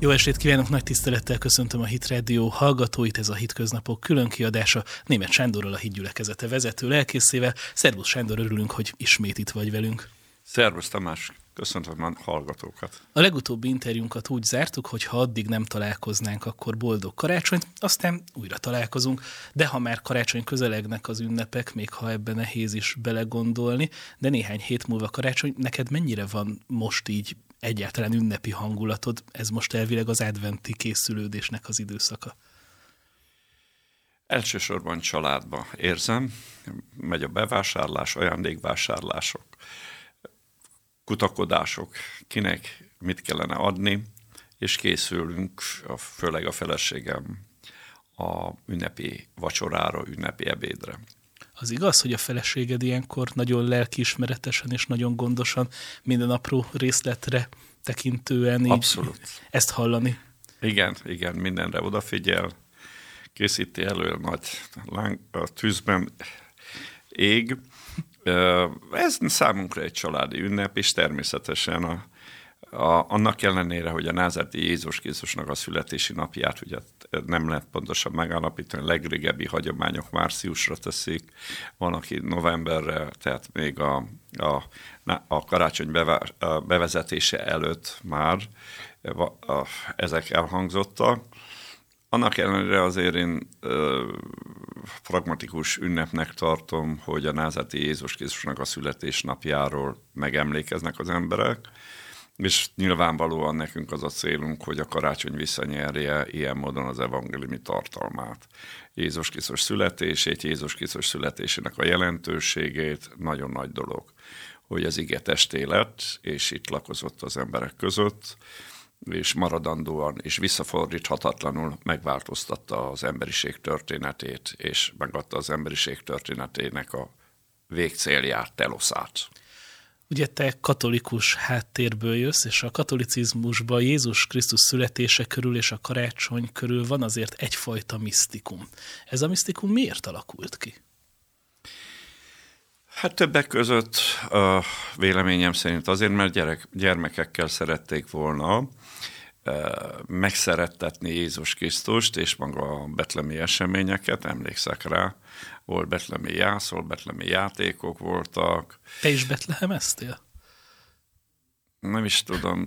Jó estét kívánok, nagy tisztelettel köszöntöm a Hit Radio hallgatóit, ez a Hitköznapok külön kiadása, Németh Sándorral, a Hitgyülekezete vezető lelkészével. Szervusz Sándor, örülünk, hogy ismét itt vagy velünk. Szervusz Tamás, köszöntöm a hallgatókat. A legutóbbi interjúnkat úgy zártuk, hogy ha addig nem találkoznánk, akkor boldog karácsonyt, aztán újra találkozunk, de ha már karácsony közelegnek az ünnepek, még ha ebben nehéz is belegondolni, de néhány hét múlva karácsony, neked mennyire van most így egyáltalán ünnepi hangulatod? Ez most elvileg az adventi készülődésnek az időszaka. Elsősorban családba érzem, megy a bevásárlás, ajándékvásárlások, kutakodások, kinek mit kellene adni, és készülünk, főleg a feleségem, a ünnepi vacsorára, ünnepi ebédre. Az igaz, hogy a feleséged ilyenkor nagyon lelkiismeretesen és nagyon gondosan minden apró részletre tekintően Abszolút. Ezt hallani? Igen, mindenre odafigyel, készíti elő, nagy a tűzben ég. Ez számunkra egy családi ünnep, és természetesen annak ellenére, hogy a názáreti Jézus Krisztusnak a születési napját ugye nem lehet pontosan megállapítani, a legrégebbi hagyományok márciusra teszik, van, aki novemberre, tehát még a karácsony bevezetése előtt már ezek elhangzottak. Annak ellenére azért én pragmatikus ünnepnek tartom, hogy a názáreti Jézus Krisztusnak a születésnapjáról megemlékeznek az emberek, és nyilvánvalóan nekünk az a célunk, hogy a karácsony visszanyerje ilyen módon az evangéliumi tartalmát. Jézus Krisztus születését, Jézus Krisztus születésének a jelentőségét, nagyon nagy dolog, hogy az ige testé lett, és itt lakozott az emberek között, és maradandóan és visszafordíthatatlanul megváltoztatta az emberiség történetét, és megadta az emberiség történetének a végcélját, teloszát. Ugye te katolikus háttérből jössz, és a katolicizmusban Jézus Krisztus születése körül és a karácsony körül van azért egyfajta misztikum. Ez a misztikum miért alakult ki? Hát többek között véleményem szerint azért, mert gyermekekkel szerették volna megszerettetni Jézus Krisztust, és maga a betlemi eseményeket, emlékszek rá, volt betlemi jászol, betlemi játékok voltak. Te is betlehemeztél? Nem is tudom,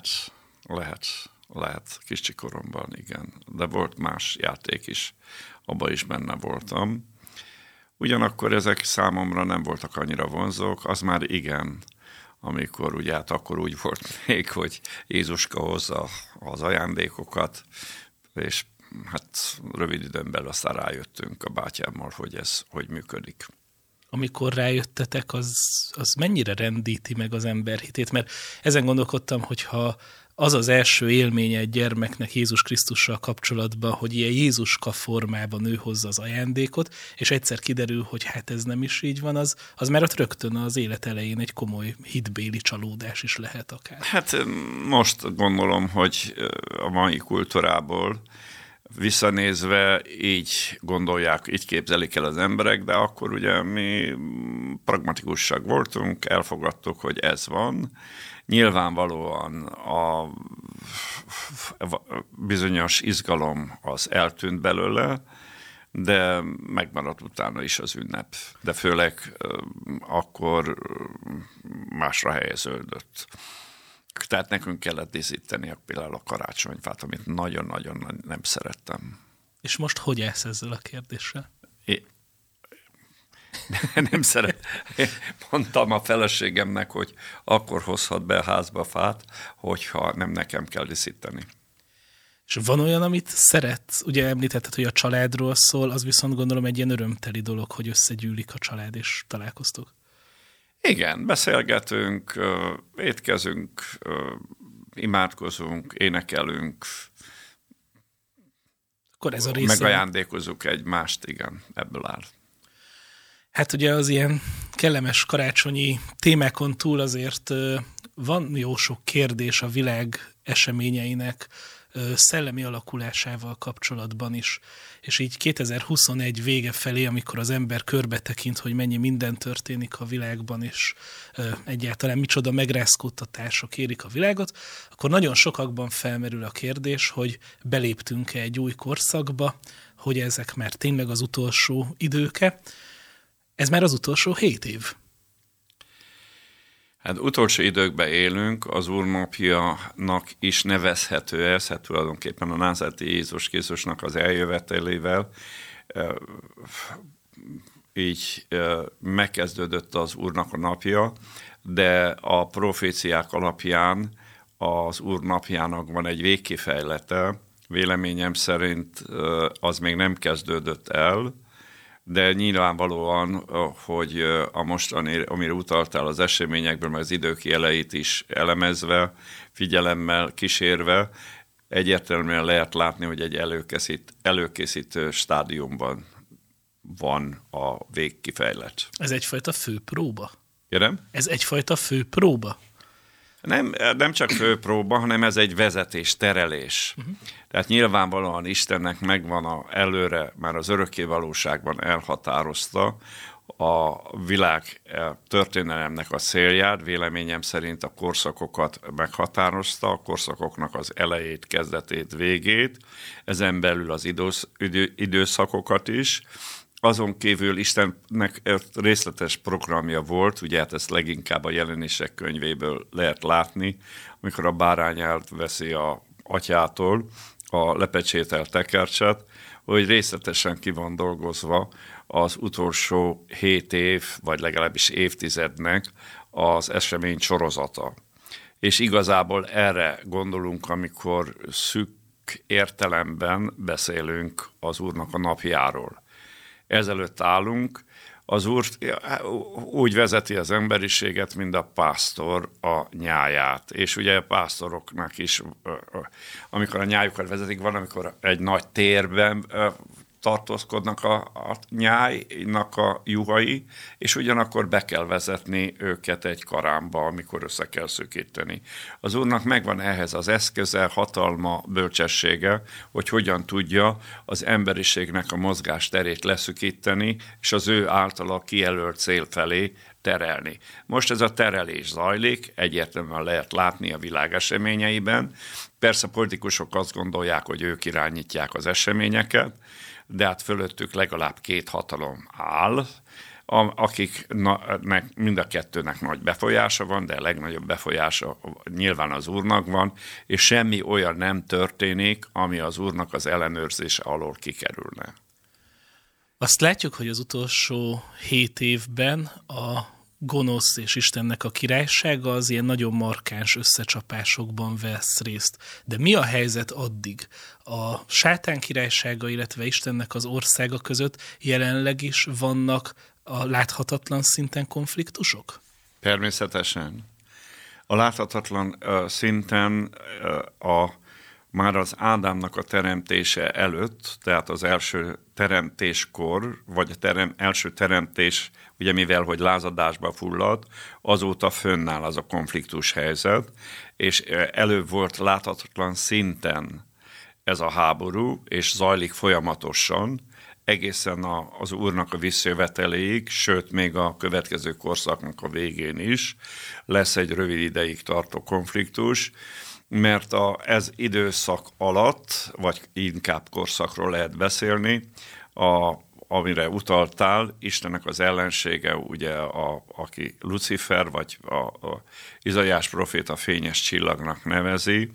lehet kicsi koromban, igen, de volt más játék is, abban is benne voltam. Ugyanakkor ezek számomra nem voltak annyira vonzók, az már igen, amikor ugye hát akkor úgy volt még, hogy Jézuska hozza az ajándékokat, és hát rövid időn belül aztán rájöttünk a bátyámmal, hogy ez hogy működik. Amikor rájöttetek, az mennyire rendíti meg az ember hitét? Mert ezen gondolkodtam, hogyha az az első élménye egy gyermeknek Jézus Krisztussal kapcsolatban, hogy ilyen Jézuska formában ő hozza az ajándékot, és egyszer kiderül, hogy hát ez nem is így van, az már ott rögtön az élet elején egy komoly hitbéli csalódás is lehet akár. Hát most gondolom, hogy a mai kultúrából visszanézve így gondolják, így képzelik el az emberek, de akkor ugye mi pragmatikusak voltunk, elfogadtuk, hogy ez van. Nyilvánvalóan a bizonyos izgalom az eltűnt belőle, de megmaradt utána is az ünnep. De főleg akkor másra helyeződött. Tehát nekünk kellett díszíteni például a karácsonyfát, amit nagyon-nagyon nem szerettem. És most hogy állsz ezzel a kérdéssel? Nem mondtam a feleségemnek, hogy akkor hozhat be a házba fát, hogyha nem nekem kell díszíteni. És van olyan, amit szeretsz? Ugye említetted, hogy a családról szól, az viszont gondolom egy ilyen örömteli dolog, hogy összegyűlik a család, és találkoztok. Igen, beszélgetünk, étkezünk, imádkozunk, énekelünk, akkor ez a része... Megajándékozunk egymást, igen, ebből áll. Hát ugye az ilyen kellemes karácsonyi témákon túl azért van jó sok kérdés a világ eseményeinek szellemi alakulásával kapcsolatban is. És így 2021 vége felé, amikor az ember körbe tekint, hogy mennyi minden történik a világban, és egyáltalán micsoda megrázkódtatások érik a világot, akkor nagyon sokakban felmerül a kérdés, hogy beléptünk-e egy új korszakba, hogy ezek már tényleg az utolsó időke. Ez már az utolsó 7 év. Hát utolsó időkben élünk, az Úr napjának is nevezhető ez, hát tulajdonképpen a názáreti Jézus Krisztusnak az eljövetelével így megkezdődött az Úrnak a napja, de a proféciák alapján az Úr napjának van egy végkifejlete. Véleményem szerint az még nem kezdődött el, de nyilvánvalóan, hogy a mostani, amire utaltál az eseményekből, meg az idők jeleit is elemezve, figyelemmel kísérve, egyértelműen lehet látni, hogy egy előkészítő stádiumban van a végkifejlet. Ez egyfajta főpróba? Jelen? Ez egyfajta főpróba? Nem csak főpróba, hanem ez egy vezetés, terelés. Tehát nyilvánvalóan Istennek megvan előre, már az örökké valóságban elhatározta a világ történelemnek a célját, véleményem szerint a korszakokat meghatározta, a korszakoknak az elejét, kezdetét, végét, ezen belül az időszakokat is. Azon kívül Istennek részletes programja volt, ugye hát ezt leginkább a Jelenések könyvéből lehet látni, amikor a bárány elveszi a atyától a lepecsételt tekercset, hogy részletesen ki van dolgozva az utolsó 7 év, vagy legalábbis évtizednek az esemény sorozata. És igazából erre gondolunk, amikor szűk értelemben beszélünk az Úrnak a napjáról. Ezelőtt állunk, az Úr úgy vezeti az emberiséget, mint a pásztor a nyáját. És ugye a pásztoroknak is, amikor a nyájukat vezetik, van, amikor egy nagy térben tartózkodnak a nyájnak a juhai, és ugyanakkor be kell vezetni őket egy karámba, amikor össze kell szűkíteni. Az Úrnak megvan ehhez az eszköze, hatalma, bölcsessége, hogy hogyan tudja az emberiségnek a mozgásterét leszűkíteni, és az ő általa kijelölt cél felé terelni. Most ez a terelés zajlik, egyértelműen lehet látni a világ eseményeiben. Persze a politikusok azt gondolják, hogy ők irányítják az eseményeket, de hát fölöttük legalább 2 hatalom áll, akiknek mind a kettőnek nagy befolyása van, de a legnagyobb befolyása nyilván az Úrnak van, és semmi olyan nem történik, ami az Úrnak az ellenőrzése alól kikerülne. Azt látjuk, hogy az utolsó 7 évben a gonosz és Istennek a királysága az ilyen nagyon markáns összecsapásokban vesz részt. De mi a helyzet addig? A sátán királysága, illetve Istennek az országa között jelenleg is vannak a láthatatlan szinten konfliktusok? Természetesen. A láthatatlan szinten már az Ádámnak a teremtése előtt, tehát az első teremtéskor, vagy első teremtés, ugye mivel, hogy lázadásba fulladt, azóta fönnáll az a konfliktus helyzet, és előbb volt láthatatlan szinten ez a háború, és zajlik folyamatosan, egészen az Úrnak a visszajöveteléig, sőt, még a következő korszaknak a végén is lesz egy rövid ideig tartó konfliktus, mert ez időszak alatt, vagy inkább korszakról lehet beszélni, amire utaltál, Istennek az ellensége, ugye, aki Lucifer, vagy a Izaiás proféta fényes csillagnak nevezi,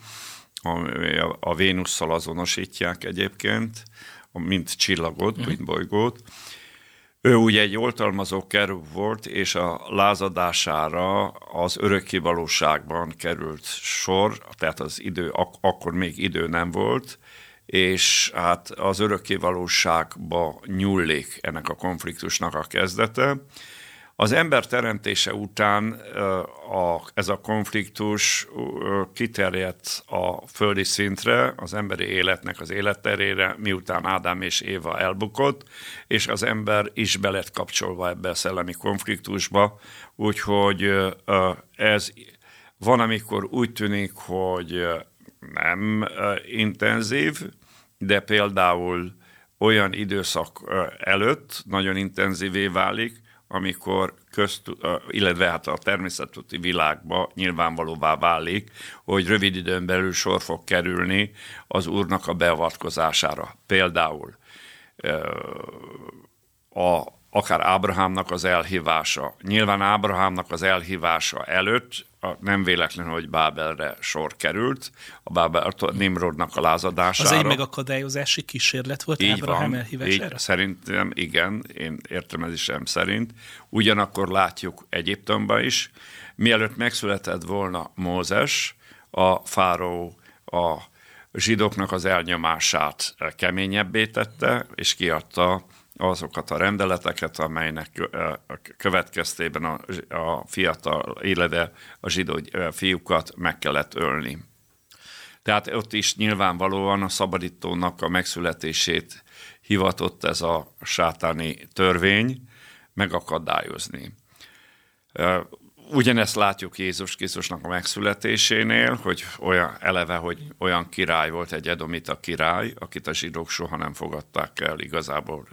a Vénusszal azonosítják egyébként, mint csillagot, mint bolygót. Ő ugye egy oltalmazó kerub volt, és a lázadására az örökkévalóságban került sor, tehát az idő, akkor még idő nem volt, és hát az örökkévalóságba nyúlik ennek a konfliktusnak a kezdete. Az ember teremtése után ez a konfliktus kiterjedt a földi szintre, az emberi életnek az életterére, miután Ádám és Éva elbukott, és az ember is be lett kapcsolva ebbe a szellemi konfliktusba, úgyhogy ez van, amikor úgy tűnik, hogy nem intenzív, de például olyan időszak előtt nagyon intenzívé válik, amikor illetve hát a természeti világban nyilvánvalóvá válik, hogy rövid időn belül sor fog kerülni az Úrnak a beavatkozására. Például akár Ábrahámnak az elhívása. Nyilván Ábrahámnak az elhívása előtt nem véletlen, hogy Bábelre sor került, a Nimrodnak a lázadására. Az egy megakadályozási kísérlet volt Ábrahám elhívására? Szerintem igen, én értelmezésem szerint. Ugyanakkor látjuk Egyiptomban is, mielőtt megszületett volna Mózes, a fáraó a zsidóknak az elnyomását keményebbé tette, és kiadta azokat a rendeleteket, amelynek következtében a fiatal, illetve a zsidó fiúkat meg kellett ölni. Tehát ott is nyilvánvalóan a szabadítónak a megszületését hivatott ez a sátáni törvény megakadályozni. Ugyanezt látjuk Jézus Krisztusnak a megszületésénél, hogy olyan király volt, egy edomita király, akit a zsidók soha nem fogadták el igazából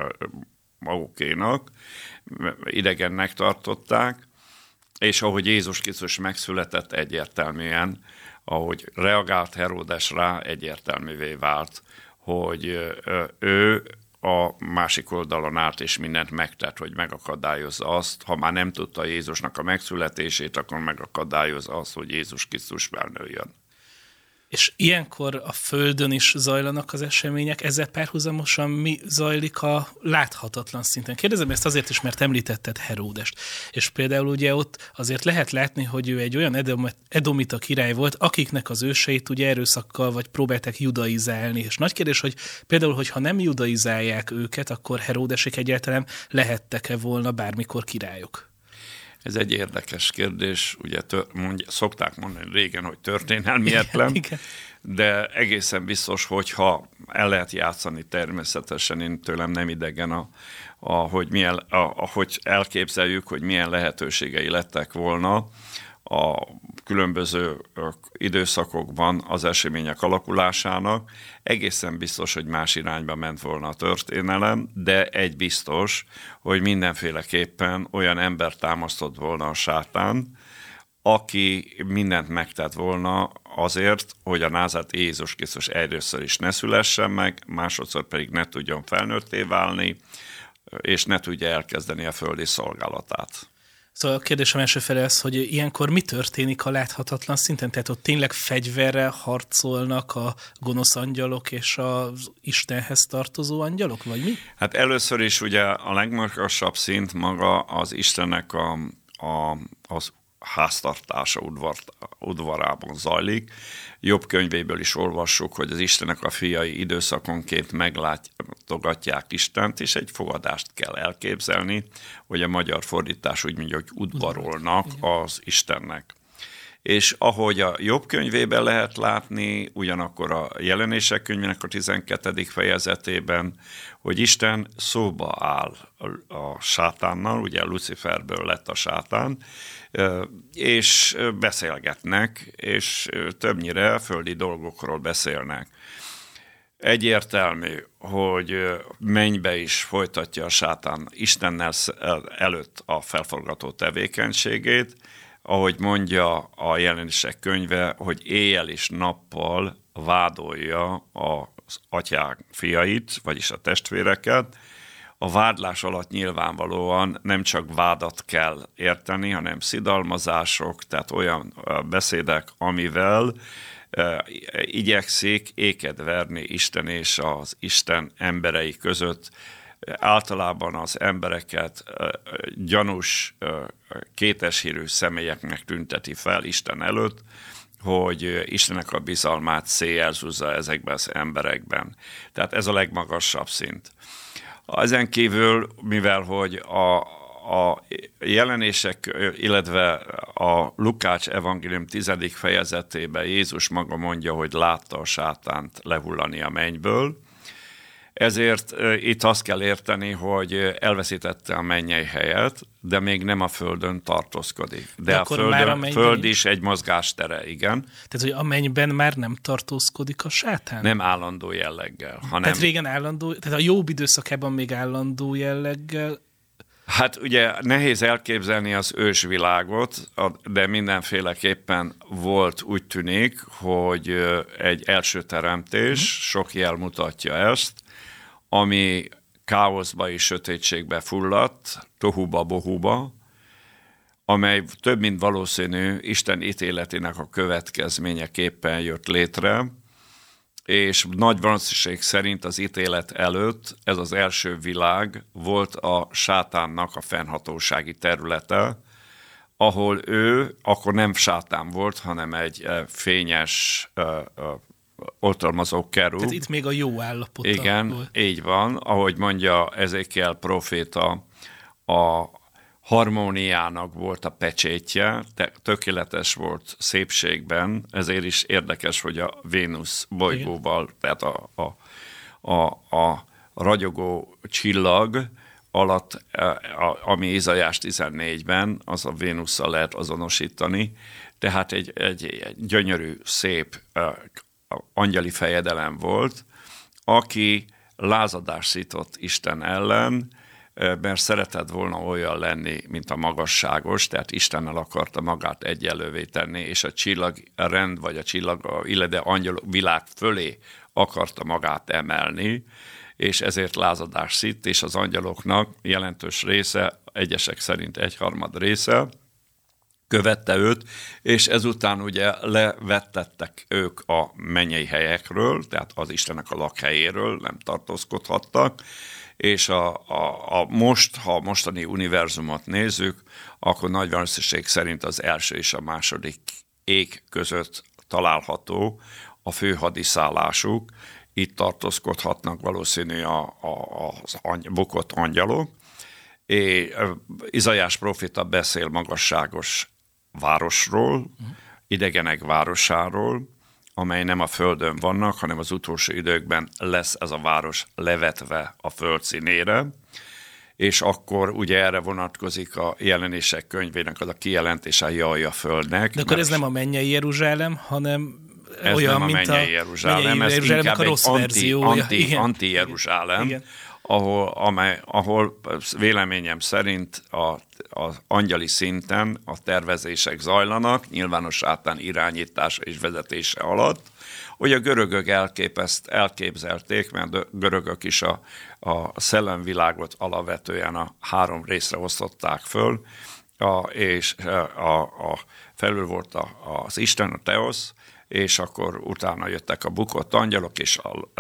magukénak, idegennek tartották, és ahogy Jézus Krisztus megszületett egyértelműen, ahogy reagált Heródes rá, egyértelművé vált, hogy ő a másik oldalon állt, és mindent megtett, hogy megakadályozza azt, ha már nem tudta Jézusnak a megszületését, akkor megakadályozza azt, hogy Jézus Krisztus felnőjön. És ilyenkor a Földön is zajlanak az események, ezzel párhuzamosan mi zajlik a láthatatlan szinten? Kérdezem ezt azért is, mert említetted Heródest. És például ugye ott azért lehet látni, hogy ő egy olyan edomita király volt, akiknek az őseit ugye erőszakkal vagy próbálták judaizálni. És nagy kérdés, hogy például, hogyha nem judaizálják őket, akkor Heródesek egyáltalán lehettek-e volna bármikor királyok? Ez egy érdekes kérdés, ugye szokták mondani régen, hogy történelmietlen, de egészen biztos, hogyha el lehet játszani természetesen, én tőlem nem idegen, ahogy elképzeljük, hogy milyen lehetőségei lettek volna a különböző időszakokban az események alakulásának. Egészen biztos, hogy más irányba ment volna a történelem, de egy biztos, hogy mindenféleképpen olyan ember támasztott volna a sátán, aki mindent megtett volna azért, hogy a názáreti Jézus Krisztus először is ne szülessen meg, másodszor pedig ne tudjon felnőtté válni, és ne tudja elkezdeni a földi szolgálatát. Szóval a kérdésem első fele az, hogy ilyenkor mi történik a láthatatlan szinten? Tehát ott tényleg fegyverrel harcolnak a gonosz angyalok és az Istenhez tartozó angyalok, vagy mi? Hát először is ugye a legmagasabb szint maga az Istennek az háztartása udvarában zajlik. Jobb könyvéből is olvassuk, hogy az Istennek a fiai időszakonként meglátogatják Istent, és egy fogadást kell elképzelni, hogy a magyar fordítás úgy mondja, hogy udvarolnak az Istennek. És ahogy a jobb könyvében lehet látni, ugyanakkor a Jelenések könyvének a 12. fejezetében, hogy Isten szóba áll a sátánnal, ugye Luciferből lett a sátán, és beszélgetnek, és többnyire földi dolgokról beszélnek. Egyértelmű, hogy mennybe is folytatja a sátán Istennel előtt a felforgató tevékenységét, ahogy mondja a Jelenések könyve, hogy éjjel és nappal vádolja az atyák fiait, vagyis a testvéreket. A vádlás alatt nyilvánvalóan nem csak vádat kell érteni, hanem szidalmazások, tehát olyan beszédek, amivel igyekszik éket verni Isten és az Isten emberei között. Általában az embereket gyanús, kéteshírű személyeknek tünteti fel Isten előtt, hogy Istennek a bizalmát széjelzúzza ezekben az emberekben. Tehát ez a legmagasabb szint. Ezen kívül, mivel hogy a Jelenések, illetve a Lukács evangélium 10. fejezetében Jézus maga mondja, hogy látta a sátánt lehullani a mennyből, Ezért itt azt kell érteni, hogy elveszítette a mennyei helyet, de még nem a földön tartózkodik. De a föld is egy mozgástere, igen. Tehát, hogy a mennyben már nem tartózkodik a sátán? Nem állandó jelleggel. Hanem... Tehát régen állandó, tehát a Jobb időszakában még állandó jelleggel. Hát ugye nehéz elképzelni az ősvilágot, de mindenféleképpen volt, úgy tűnik, hogy egy első teremtés, sok jel mutatja ezt, ami káoszba és sötétségbe fulladt, tohuba-bohuba, amely több mint valószínű Isten ítéletének a következményeképpen jött létre, és nagy valószínűség szerint az ítélet előtt ez az első világ volt a sátánnak a fennhatósági területe, ahol ő akkor nem sátán volt, hanem egy fényes oltalmazó kerub. Tehát itt még a jó állapota. Igen, volt. Így van. Ahogy mondja Ezékiel próféta, a harmóniának volt a pecsétje, tökéletes volt szépségben, ezért is érdekes, hogy a Vénusz bolygóval, tehát a ragyogó csillag alatt, ami Izaiás 14-ben, az a Vénusszal lehet azonosítani, tehát egy gyönyörű, szép angyali fejedelem volt, aki lázadást szított Isten ellen, mert szeretett volna olyan lenni, mint a magasságos, tehát Istennel akarta magát egyenlővé tenni, és a csillagrend, vagy a csillag, illetve angyal világ fölé akarta magát emelni, és ezért lázadást szít, és az angyaloknak jelentős része, egyesek szerint 1/3 része, követte őt, és ezután ugye levettettek ők a mennyei helyekről, tehát az Istennek a lakhelyéről, nem tartózkodhattak, és ha a mostani univerzumot nézzük, akkor nagy valószínűség szerint az első és a második ég között található a fő hadiszállásuk, itt tartózkodhatnak valószínű az bukott angyalok, és Izaiás próféta beszél magasságos városról, idegenek városáról, amely nem a földön vannak, hanem az utolsó időkben lesz ez a város levetve a föld színére, és akkor ugye erre vonatkozik a Jelenések könyvének az a kijelentése, jaj a földnek. De akkor ez nem a mennyei Jeruzsálem, hanem ez olyan, nem a mint mennyei Jeruzsálem, ez inkább egy anti-Jeruzsálem, ahol véleményem szerint az angyali szinten a tervezések zajlanak, nyilvános sátán irányítása és vezetése alatt, hogy a görögök elképzelték, mert a görögök is a szellemvilágot alapvetően a 3 részre osztották föl, és felül volt az Isten, a Teosz, és akkor utána jöttek a bukott angyalok, és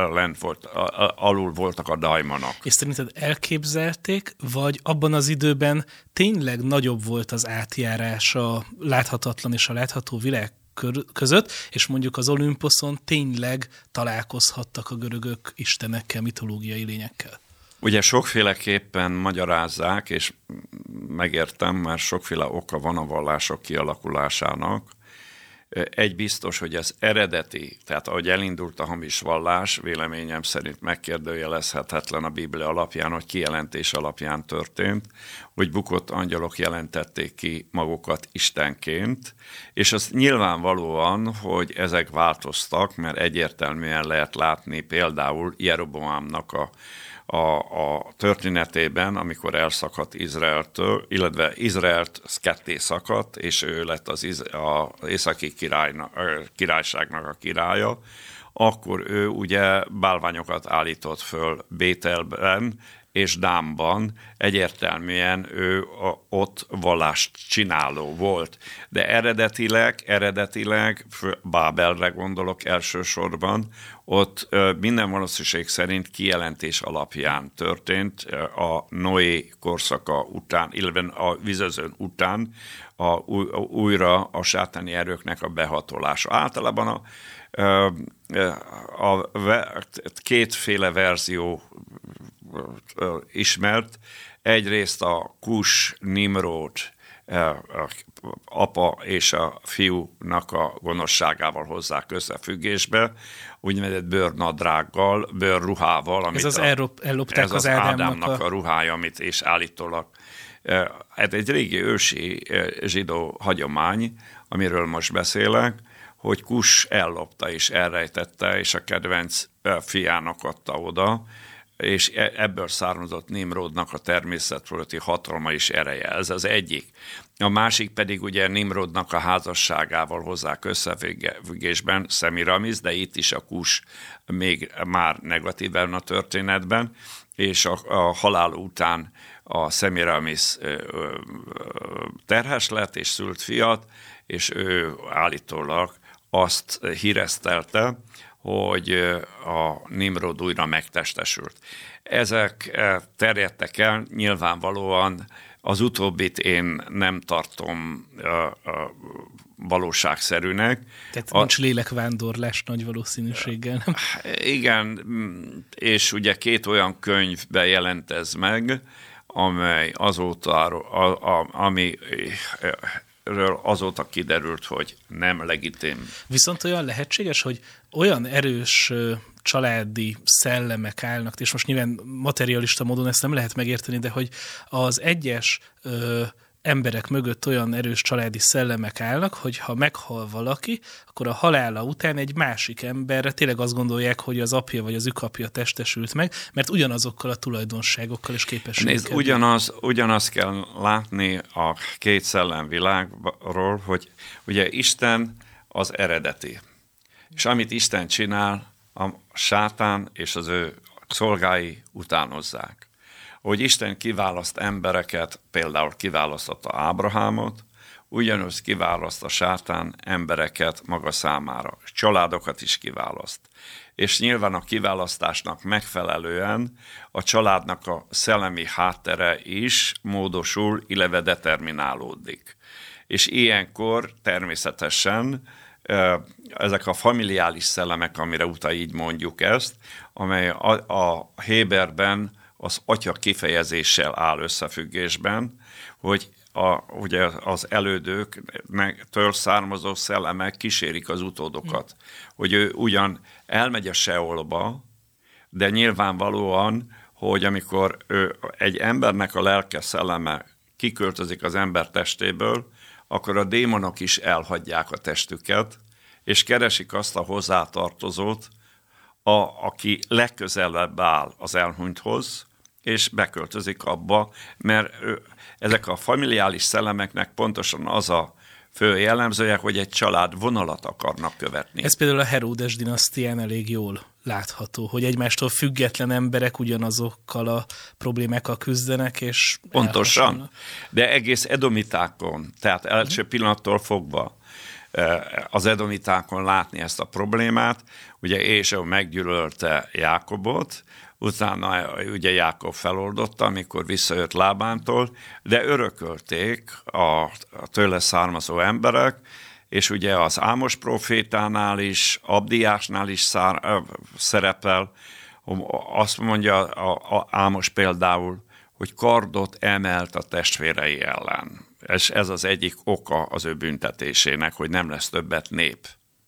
alul voltak a daimonok. És szerinted elképzelték, vagy abban az időben tényleg nagyobb volt az átjárás a láthatatlan és a látható világ között, és mondjuk az Olimposzon tényleg találkozhattak a görögök istenekkel, mitológiai lényekkel? Ugye sokféleképpen magyarázzák, és megértem, mert sokféle oka van a vallások kialakulásának. Egy biztos, hogy az eredeti, tehát ahogy elindult a hamis vallás, véleményem szerint megkérdőjelezhetetlen a Biblia alapján, hogy kijelentés alapján történt, hogy bukott angyalok jelentették ki magukat Istenként, és az nyilvánvalóan, hogy ezek változtak, mert egyértelműen lehet látni például Jeroboámnak a történetében, amikor elszakadt Izraeltől, illetve Izraelt ketté szakadt, és ő lett az északi királyságnak a királya, akkor ő ugye bálványokat állított föl Bételben és Dámban, egyértelműen ő ott vallást csináló volt. De eredetileg Bábelre gondolok elsősorban, ott minden valószínűség szerint kijelentés alapján történt a Noé korszaka után, illetve a vizezőn után újra a sátáni erőknek a behatolása. Általában a kétféle verzió ismert. Egyrészt a Kus Nimród apa és a fiúnak a gonoszságával hozzák összefüggésbe, úgynevezett bőrnadrággal, bőrruhával. Amit ez ellopták az Ádámnak a ruhája, amit és állítólag ez egy régi ősi zsidó hagyomány, amiről most beszélek, hogy Kus ellopta és elrejtette, és a kedvenc fiának adta oda, és ebből származott Nimrodnak a természet fölötti hatalma és ereje. Ez az egyik. A másik pedig ugye Nimrodnak a házasságával hozzák összefüggésben Szemiramis, de itt is a Kus még már negatíven a történetben, és a halál után a Szemiramis terhes lett és szült fiat, és ő állítólag azt híresztelte, hogy a Nimrod újra megtestesült. Ezek terjedtek el, nyilvánvalóan az utóbbit én nem tartom valóságszerűnek. Tehát nincs lélekvándorlás nagy valószínűséggel, nem? Igen, és ugye 2 olyan könyvben jelent ez meg, amely amiről azóta kiderült, hogy nem legitim. Viszont olyan lehetséges, hogy olyan erős családi szellemek állnak, és most nyilván materialista módon ezt nem lehet megérteni, de hogy az egyes emberek mögött olyan erős családi szellemek állnak, hogy ha meghal valaki, akkor a halála után egy másik emberre tényleg azt gondolják, hogy az apja vagy az apja testesült meg, mert ugyanazokkal a tulajdonságokkal és képességekkel. Nézd, ugyanaz kell látni a 2 szellemvilágról, hogy ugye Isten az eredeti. És amit Isten csinál, a sátán és az ő szolgái utánozzák. Hogy Isten kiválaszt embereket, például kiválasztotta Ábrahámot, ugyanúgy kiválaszt a sátán embereket maga számára, családokat is kiválaszt. És nyilván a kiválasztásnak megfelelően a családnak a szellemi háttere is módosul, illetve determinálódik. És ilyenkor természetesen ezek a familiális szellemek, amire utal így mondjuk ezt, amely a Héberben az atya kifejezéssel áll összefüggésben, hogy ugye az elődöktől származó szellemek kísérik az utódokat. Hogy ő ugyan elmegy a Seolba, de nyilvánvalóan, hogy amikor egy embernek a lelke szelleme kiköltözik az ember testéből, akkor a démonok is elhagyják a testüket, és keresik azt a hozzátartozót, aki legközelebb áll az elhunythoz, és beköltözik abba, mert ezek a familiális szellemeknek pontosan az a fő jellemzője, hogy egy család vonalat akarnak követni. Ez például a Heródes dinasztián elég jól látható, hogy egymástól független emberek ugyanazokkal a problémákkal küzdenek, és pontosan, de egész edomitákon, tehát első pillanattól fogva az edomitákon látni ezt a problémát. Ugye Ésau meggyűlölte Jákobot, utána ugye Jákob feloldotta, amikor visszajött Lábántól, de örökölték a tőle származó emberek, és ugye az Ámos profétánál is, Abdiásnál is szerepel, azt mondja a Ámos például, hogy kardot emelt a testvérei ellen. És ez az egyik oka az ő büntetésének, hogy nem lesz többet nép.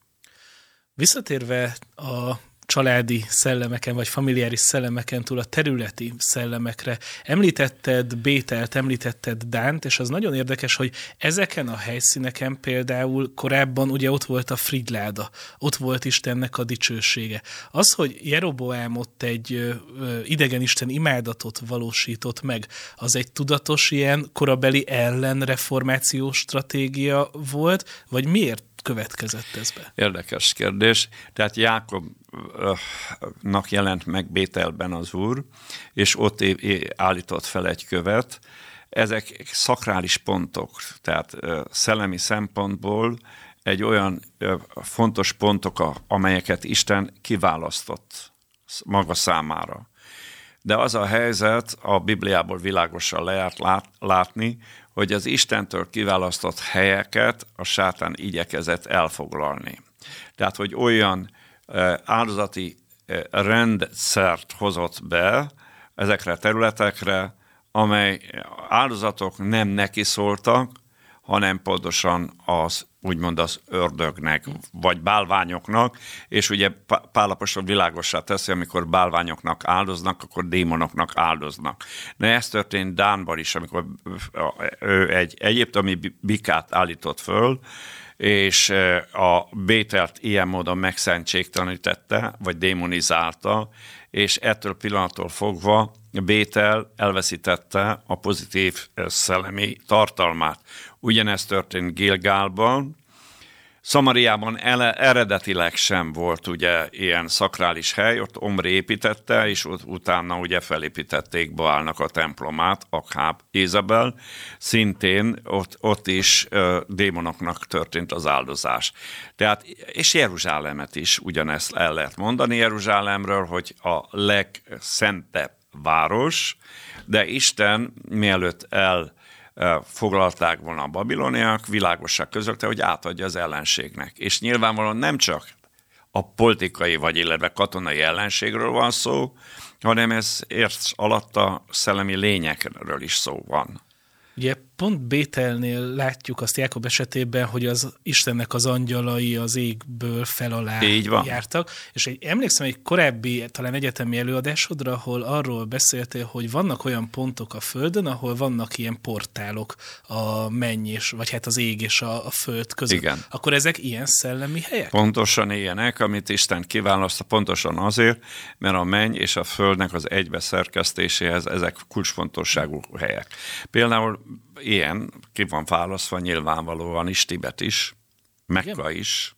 Visszatérve a családi szellemeken, vagy familiáris szellemeken túl a területi szellemekre. Említetted Bételt, említetted Dánt, és az nagyon érdekes, hogy ezeken a helyszíneken például korábban ugye ott volt a Fridláda, ott volt Istennek a dicsősége. Az, hogy Jeroboám ott egy idegen isten imádatot valósított meg, az egy tudatos ilyen korabeli ellenreformációs stratégia volt, vagy miért következett ez be? Érdekes kérdés. Tehát Jákobnak jelent meg Bételben az Úr, és ott állított fel egy követ. Ezek szakrális pontok, tehát szellemi szempontból egy olyan fontos pontok, amelyeket Isten kiválasztott maga számára. De az a helyzet, a Bibliából világosan lehet látni, hogy az Istentől kiválasztott helyeket a sátán igyekezett elfoglalni. Tehát, hogy olyan áldozati rendszert hozott be ezekre a területekre, amely áldozatok nem neki szóltak, hanem pontosan az úgymond az ördögnek, vagy bálványoknak, és ugye Pál apostol világossá teszi, amikor bálványoknak áldoznak, akkor démonoknak áldoznak. De ez történt Dánban is, amikor ő egy egyiptomi bikát állított föl, és a Bételt ilyen módon megszentségtelenítette, vagy démonizálta, és ettől pillanattól fogva Bétel elveszítette a pozitív szellemi tartalmát. Ugyanezt történt Gilgálban. Szamariában eredetileg sem volt ugye ilyen szakrális hely, ott Omri építette, és utána ugye felépítették Baálnak a templomát, Akháb, Jézabel. Szintén ott is démonoknak történt az áldozás. Tehát, és Jeruzsálemet is ugyanezt el lehet mondani Jeruzsálemről, hogy a legszentebb város, de Isten mielőtt foglalták volna a babiloniak, világosság közölte, hogy átadja az ellenségnek. És nyilvánvalóan nem csak a politikai vagy illetve katonai ellenségről van szó, hanem ez érts alatt a szellemi lényekről is szó van. Ugye pont Bételnél látjuk azt Jákob esetében, hogy az Istennek az angyalai az égből fel alá jártak, és emlékszem egy korábbi, talán egyetemi előadásodra, ahol arról beszéltél, hogy vannak olyan pontok a Földön, ahol vannak ilyen portálok a menny és, vagy hát az ég és a föld között. Igen. Akkor ezek ilyen szellemi helyek? Pontosan ilyenek, amit Isten kiválaszta, pontosan azért, mert a menny és a földnek az egybeszerkesztéséhez ezek kulcsfontosságú helyek. Például ilyen, ki van választva nyilvánvalóan is, Tibet is, Mekka is,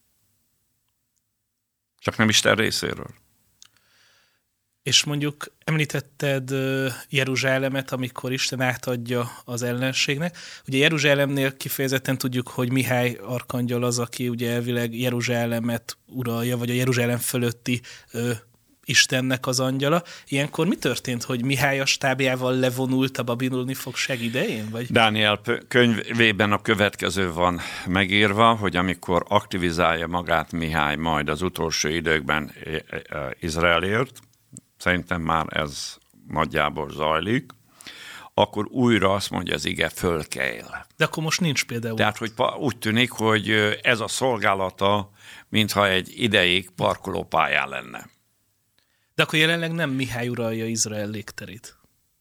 csak nem Isten részéről. És mondjuk említetted Jeruzsálemet, amikor Isten átadja az ellenségnek. Ugye Jeruzsálemnél kifejezetten tudjuk, hogy Mihály arkangyal az, aki ugye elvileg Jeruzsálemet uralja, vagy a Jeruzsálem fölötti Istennek az angyala. Ilyenkor mi történt, hogy Mihály a stábjával levonult a babiloni fogság idején? Vagy? Dániel könyvében a következő van megírva, hogy amikor aktivizálja magát Mihály majd az utolsó időkben Izraelért, szerintem már ez nagyjából zajlik, akkor újra azt mondja az ige, fölkel. De akkor most nincs például. Tehát, hogy úgy tűnik, hogy ez a szolgálata, mintha egy ideig parkolópályán lenne. De akkor jelenleg nem Mihály uralja Izrael légterét.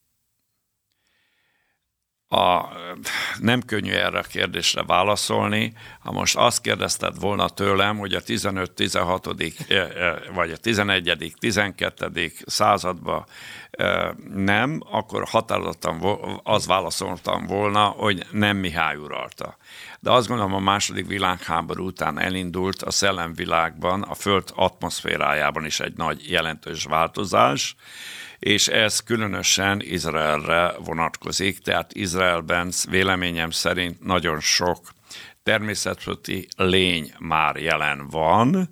Nem könnyű erre a kérdésre válaszolni. Ha most azt kérdezted volna tőlem, hogy a 15., 16. vagy a 11., 12. században nem, akkor határozottan azt válaszoltam volna, hogy nem Mihály uralta. De azt gondolom, a második világháború után elindult a szellemvilágban, a föld atmoszférájában is egy nagy jelentős változás, és ez különösen Izraelre vonatkozik, tehát Izraelben véleményem szerint nagyon sok természeti lény már jelen van,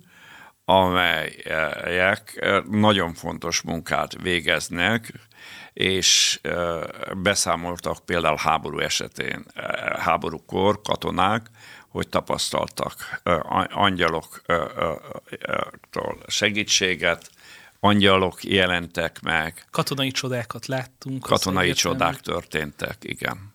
amelyek nagyon fontos munkát végeznek, és beszámoltak például háború esetén, háborúkor katonák, hogy tapasztaltak angyaloktól segítséget, angyalok jelentek meg. Katonai csodákat láttunk. Katonai csodák történtek, igen.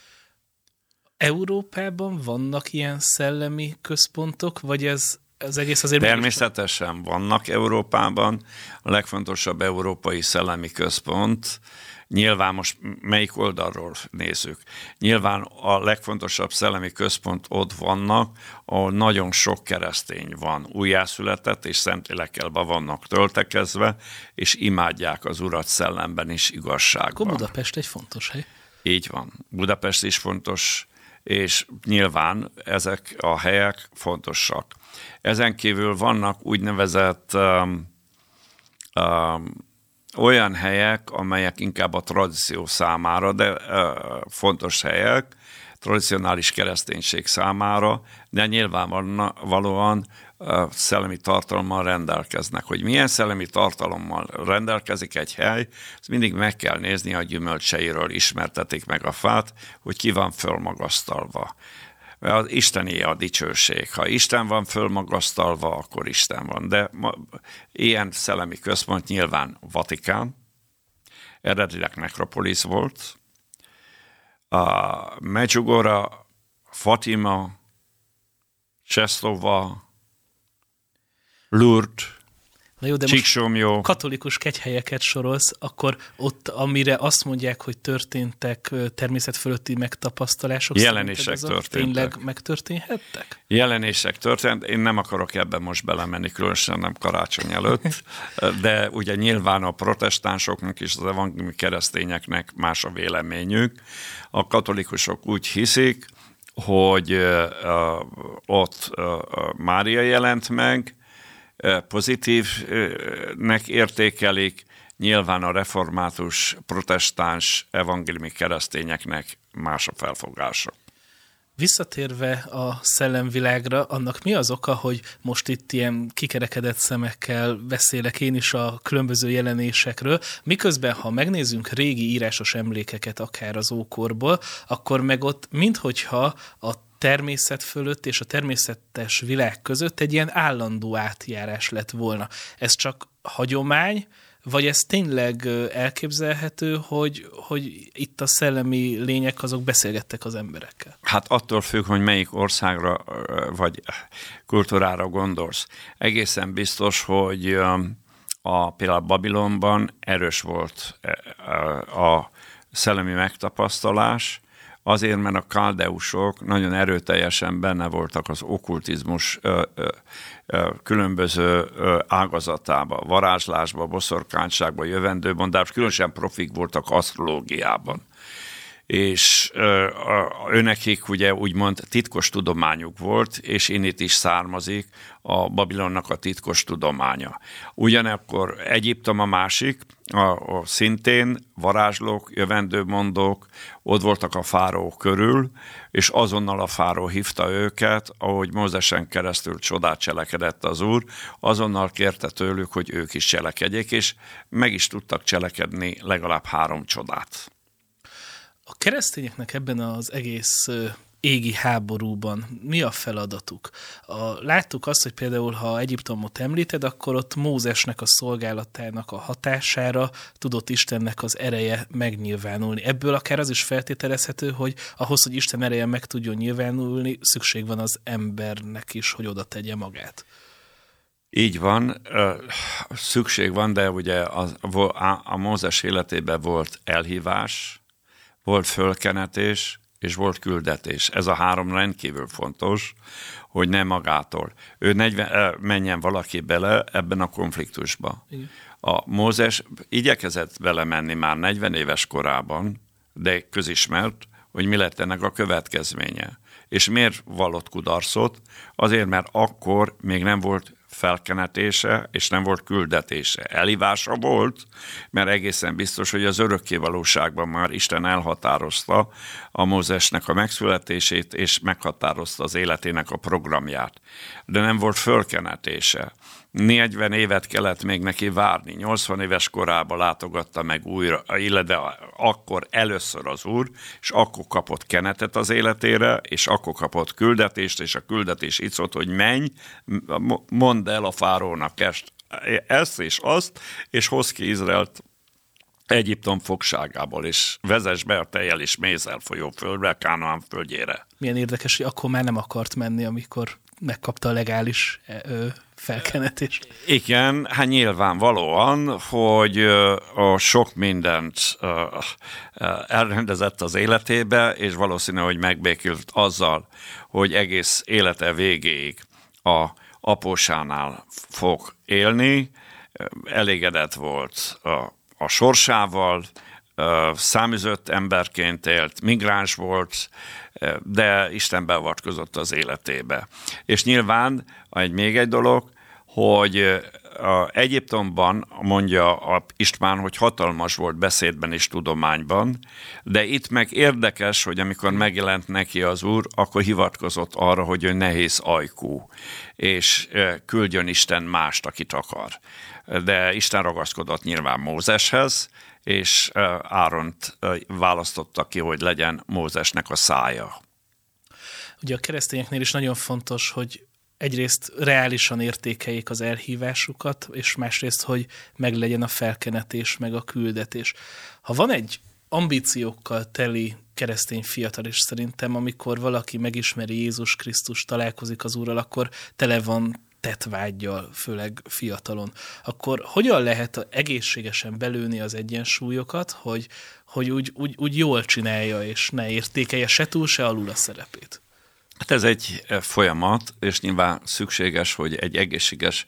Európában vannak ilyen szellemi központok, vagy ez az egész azért... Természetesen vannak Európában. A legfontosabb európai szellemi központ, nyilván most melyik oldalról nézzük. Nyilván a legfontosabb szellemi központ ott vannak, ahol nagyon sok keresztény van, újjászületett, és Szentlélekkel be vannak töltekezve, és imádják az Urat szellemben és igazságban. Akkor Budapest egy fontos hely. Így van. Budapest is fontos, és nyilván ezek a helyek fontosak. Ezen kívül vannak úgynevezett olyan helyek, amelyek inkább a tradíció számára, de fontos helyek, tradicionális kereszténység számára, de nyilvánvalóan szellemi tartalommal rendelkeznek. Hogy milyen szellemi tartalommal rendelkezik egy hely, ezt mindig meg kell nézni, a gyümölcseiről ismertetik meg a fát, hogy ki van fölmagasztalva. Az isteni a dicsőség. Ha Isten van fölmagasztalva, akkor Isten van. De ilyen szellemi központ nyilván Vatikán, eredetileg nekropolisz volt. A Medjugorje Fatima, Cseslova, Lourdes, Na jó, de Csíksomlyó. Katolikus kegyhelyeket sorolsz, akkor ott, amire azt mondják, hogy történtek természet fölötti megtapasztalások, jelenések történtek. Tényleg megtörténhettek? Jelenések történt. Én nem akarok ebben most belemenni, különösen nem karácsony előtt, de ugye nyilván a protestánsoknak és az evangéliumi keresztényeknek más a véleményük. A katolikusok úgy hiszik, hogy ott Mária jelent meg, pozitívnek értékelik, nyilván a református, protestáns, evangéliumi keresztényeknek más a felfogása. Visszatérve a szellemvilágra, annak mi az oka, hogy most itt ilyen kikerekedett szemekkel beszélek én is a különböző jelenésekről, miközben, ha megnézzünk régi írásos emlékeket, akár az ókorból, akkor meg ott minthogyha a természet fölött és a természetes világ között egy ilyen állandó átjárás lett volna. Ez csak hagyomány, vagy ez tényleg elképzelhető, hogy itt a szellemi lények azok beszélgettek az emberekkel? Hát attól függ, hogy melyik országra vagy kultúrára gondolsz. Egészen biztos, hogy például Babilonban erős volt a szellemi megtapasztalás, azért, mert a kaldeusok nagyon erőteljesen benne voltak az okkultizmus különböző ágazatába, varázslásba, boszorkányságba, jövendőmondásba, különösen profik voltak asztrológiában. És őnekik ugye úgymond titkos tudományuk volt, és innét is származik a Babilonnak a titkos tudománya. Ugyanakkor Egyiptom a másik, szintén varázslók, jövendőmondók, ott voltak a fáraó körül, és azonnal a fáraó hívta őket, ahogy Mózesen keresztül csodát cselekedett az Úr, azonnal kérte tőlük, hogy ők is cselekedjék, és meg is tudtak cselekedni legalább 3 csodát. A keresztényeknek ebben az egész égi háborúban mi a feladatuk? Láttuk azt, hogy például, ha Egyiptomot említed, akkor ott Mózesnek a szolgálatának a hatására tudott Istennek az ereje megnyilvánulni. Ebből akár az is feltételezhető, hogy ahhoz, hogy Isten ereje meg tudjon nyilvánulni, szükség van az embernek is, hogy oda tegye magát. Így van, szükség van, de ugye a Mózes életében volt elhívás, volt fölkenetés, és volt küldetés. Ez a 3 rendkívül fontos, hogy nem magától. Menjen valaki bele ebben a konfliktusba. Igen. A Mózes igyekezett belemenni már 40 éves korában, de közismert, hogy mi lett ennek a következménye. És miért vallott kudarcot? Azért, mert akkor még nem volt felkenetése, és nem volt küldetése. Elhívása volt, mert egészen biztos, hogy az örökkévalóságban már Isten elhatározta a Mózesnek a megszületését, és meghatározta az életének a programját. De nem volt fölkenetése. 40 évet kellett még neki várni. 80 éves korában látogatta meg újra, illetve akkor először az Úr, és akkor kapott kenetet az életére, és akkor kapott küldetést, és a küldetés így szólt, hogy menj, mondd el a fáraónak ezt és azt, és hozz ki Izraelt Egyiptom fogságából, és vezess be a tejjel és mézzel folyó földre, Kánaán földjére. Milyen érdekes, hogy akkor már nem akart menni, amikor megkapta a legális felkenetést. Igen, hát nyilvánvalóan, hogy a sok mindent elrendezett az életébe, és valószínű, hogy megbékült azzal, hogy egész élete végéig a apósánál fog élni, elégedett volt a sorsával, száműzött emberként élt, migráns volt, de Isten beavatkozott az életébe. És nyilván még egy dolog, hogy Egyiptomban mondja a István, hogy hatalmas volt beszédben és tudományban, de itt meg érdekes, hogy amikor megjelent neki az Úr, akkor hivatkozott arra, hogy ő nehéz ajkú, és küldjön Isten mást, akit akar. De Isten ragaszkodott nyilván Mózeshez, és Áront választotta ki, hogy legyen Mózesnek a szája. Ugye a keresztényeknél is nagyon fontos, hogy egyrészt reálisan értékeljék az elhívásukat, és másrészt, hogy meglegyen a felkenetés, meg a küldetés. Ha van egy ambíciókkal teli keresztény fiatal, és szerintem amikor valaki megismeri Jézus Krisztus, találkozik az Úrral, akkor tele van tettvággyal, főleg fiatalon. Akkor hogyan lehet egészségesen belőni az egyensúlyokat, hogy úgy jól csinálja, és ne értékelje se túl, se alul a szerepét? Hát ez egy folyamat, és nyilván szükséges, hogy egy egészséges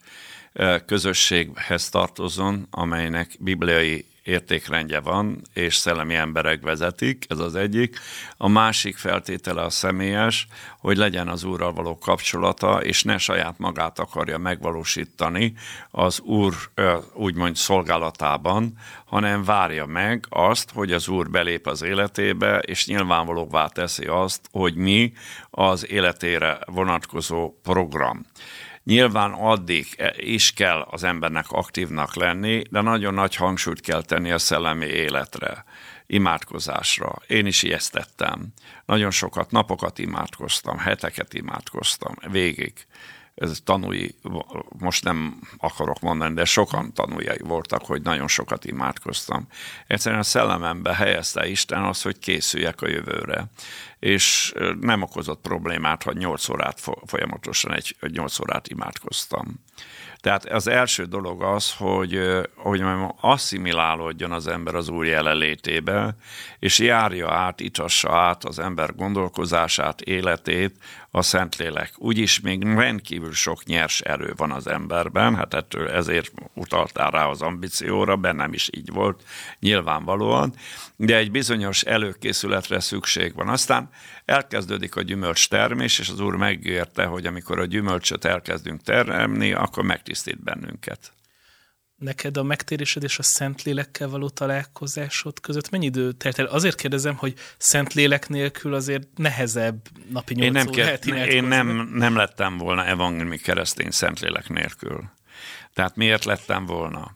közösséghez tartozzon, amelynek bibliai értékrendje van, és szellemi emberek vezetik, ez az egyik. A másik feltétele a személyes, hogy legyen az Úrral való kapcsolata, és ne saját magát akarja megvalósítani az Úr úgymond szolgálatában, hanem várja meg azt, hogy az Úr belép az életébe, és nyilvánvalóvá teszi azt, hogy mi az életére vonatkozó program. Nyilván addig is kell az embernek aktívnak lenni, de nagyon nagy hangsúlyt kell tenni a szellemi életre, imádkozásra. Én is ezt tettem. Nagyon sokat, napokat imádkoztam, heteket imádkoztam, végig. Ez tanúi, most nem akarok mondani, de sokan tanújai voltak, hogy nagyon sokat imádkoztam. Egyszerűen a szellemembe helyezte Isten az, hogy készüljek a jövőre. És nem okozott problémát, hogy 8 órát folyamatosan 8 órát imádkoztam. Tehát az első dolog az, hogy asszimilálódjon az ember az Úr jelenlétébe, és járja át, itassa át az ember gondolkozását, életét a Szentlélek. Úgyis még rendkívül sok nyers erő van az emberben, hát ezért utaltál rá az ambícióra, bennem is így volt nyilvánvalóan, de egy bizonyos előkészületre szükség van. Aztán elkezdődik a gyümölcs termés, és az Úr megígérte, hogy amikor a gyümölcsöt elkezdünk teremni, akkor megtisztít bennünket. Neked a megtérésed és a Szentlélekkel való találkozásod között mennyi idő telt el? Azért kérdezem, hogy Szentlélek nélkül azért nehezebb napi 8 órát imádkozni. Én nem lettem volna evangéliumi keresztény Szentlélek nélkül. Tehát miért lettem volna?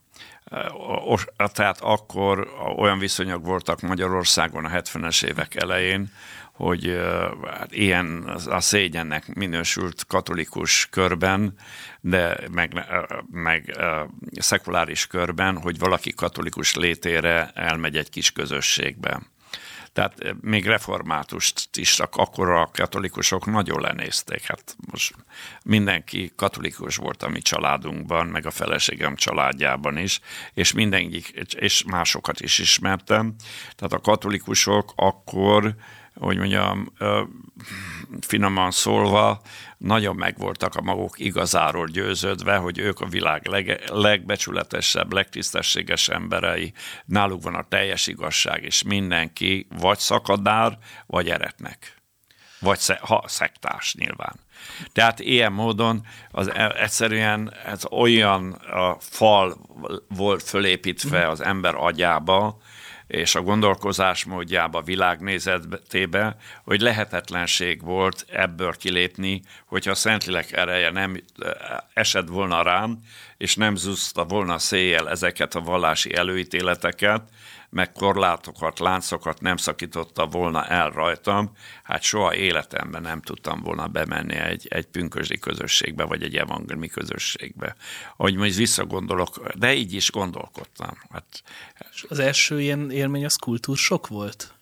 Tehát akkor olyan viszonyok voltak Magyarországon a 70-es évek elején, hogy ilyen a szégyennek minősült katolikus körben, de meg szekuláris körben, hogy valaki katolikus létére elmegy egy kis közösségbe. Tehát még reformátust is akkor a katolikusok nagyon lenézték. Hát most mindenki katolikus volt a mi családunkban, meg a feleségem családjában is, és és másokat is ismertem. Tehát a katolikusok akkor, hogy mondjam, finoman szólva, nagyon megvoltak a maguk igazáról győződve, hogy ők a világ legbecsületesebb, legtisztességes emberei, náluk van a teljes igazság, és mindenki vagy szakadár, vagy eretnek. Vagy szektás nyilván. Tehát ilyen módon egyszerűen ez olyan fal volt fölépítve az ember agyába, és a gondolkozásmódjába, világnézetébe, hogy lehetetlenség volt ebből kilépni, hogyha a Szentlélek ereje nem esett volna rám, és nem zúzta volna széjjel ezeket a vallási előítéleteket, meg korlátokat, láncokat nem szakította volna el rajtam, hát soha életemben nem tudtam volna bemenni egy pünkösdi közösségbe, vagy egy evangéliumi közösségbe. Ahogy most visszagondolok, de így is gondolkodtam. Hát, az első ilyen élmény az kultúrsok volt?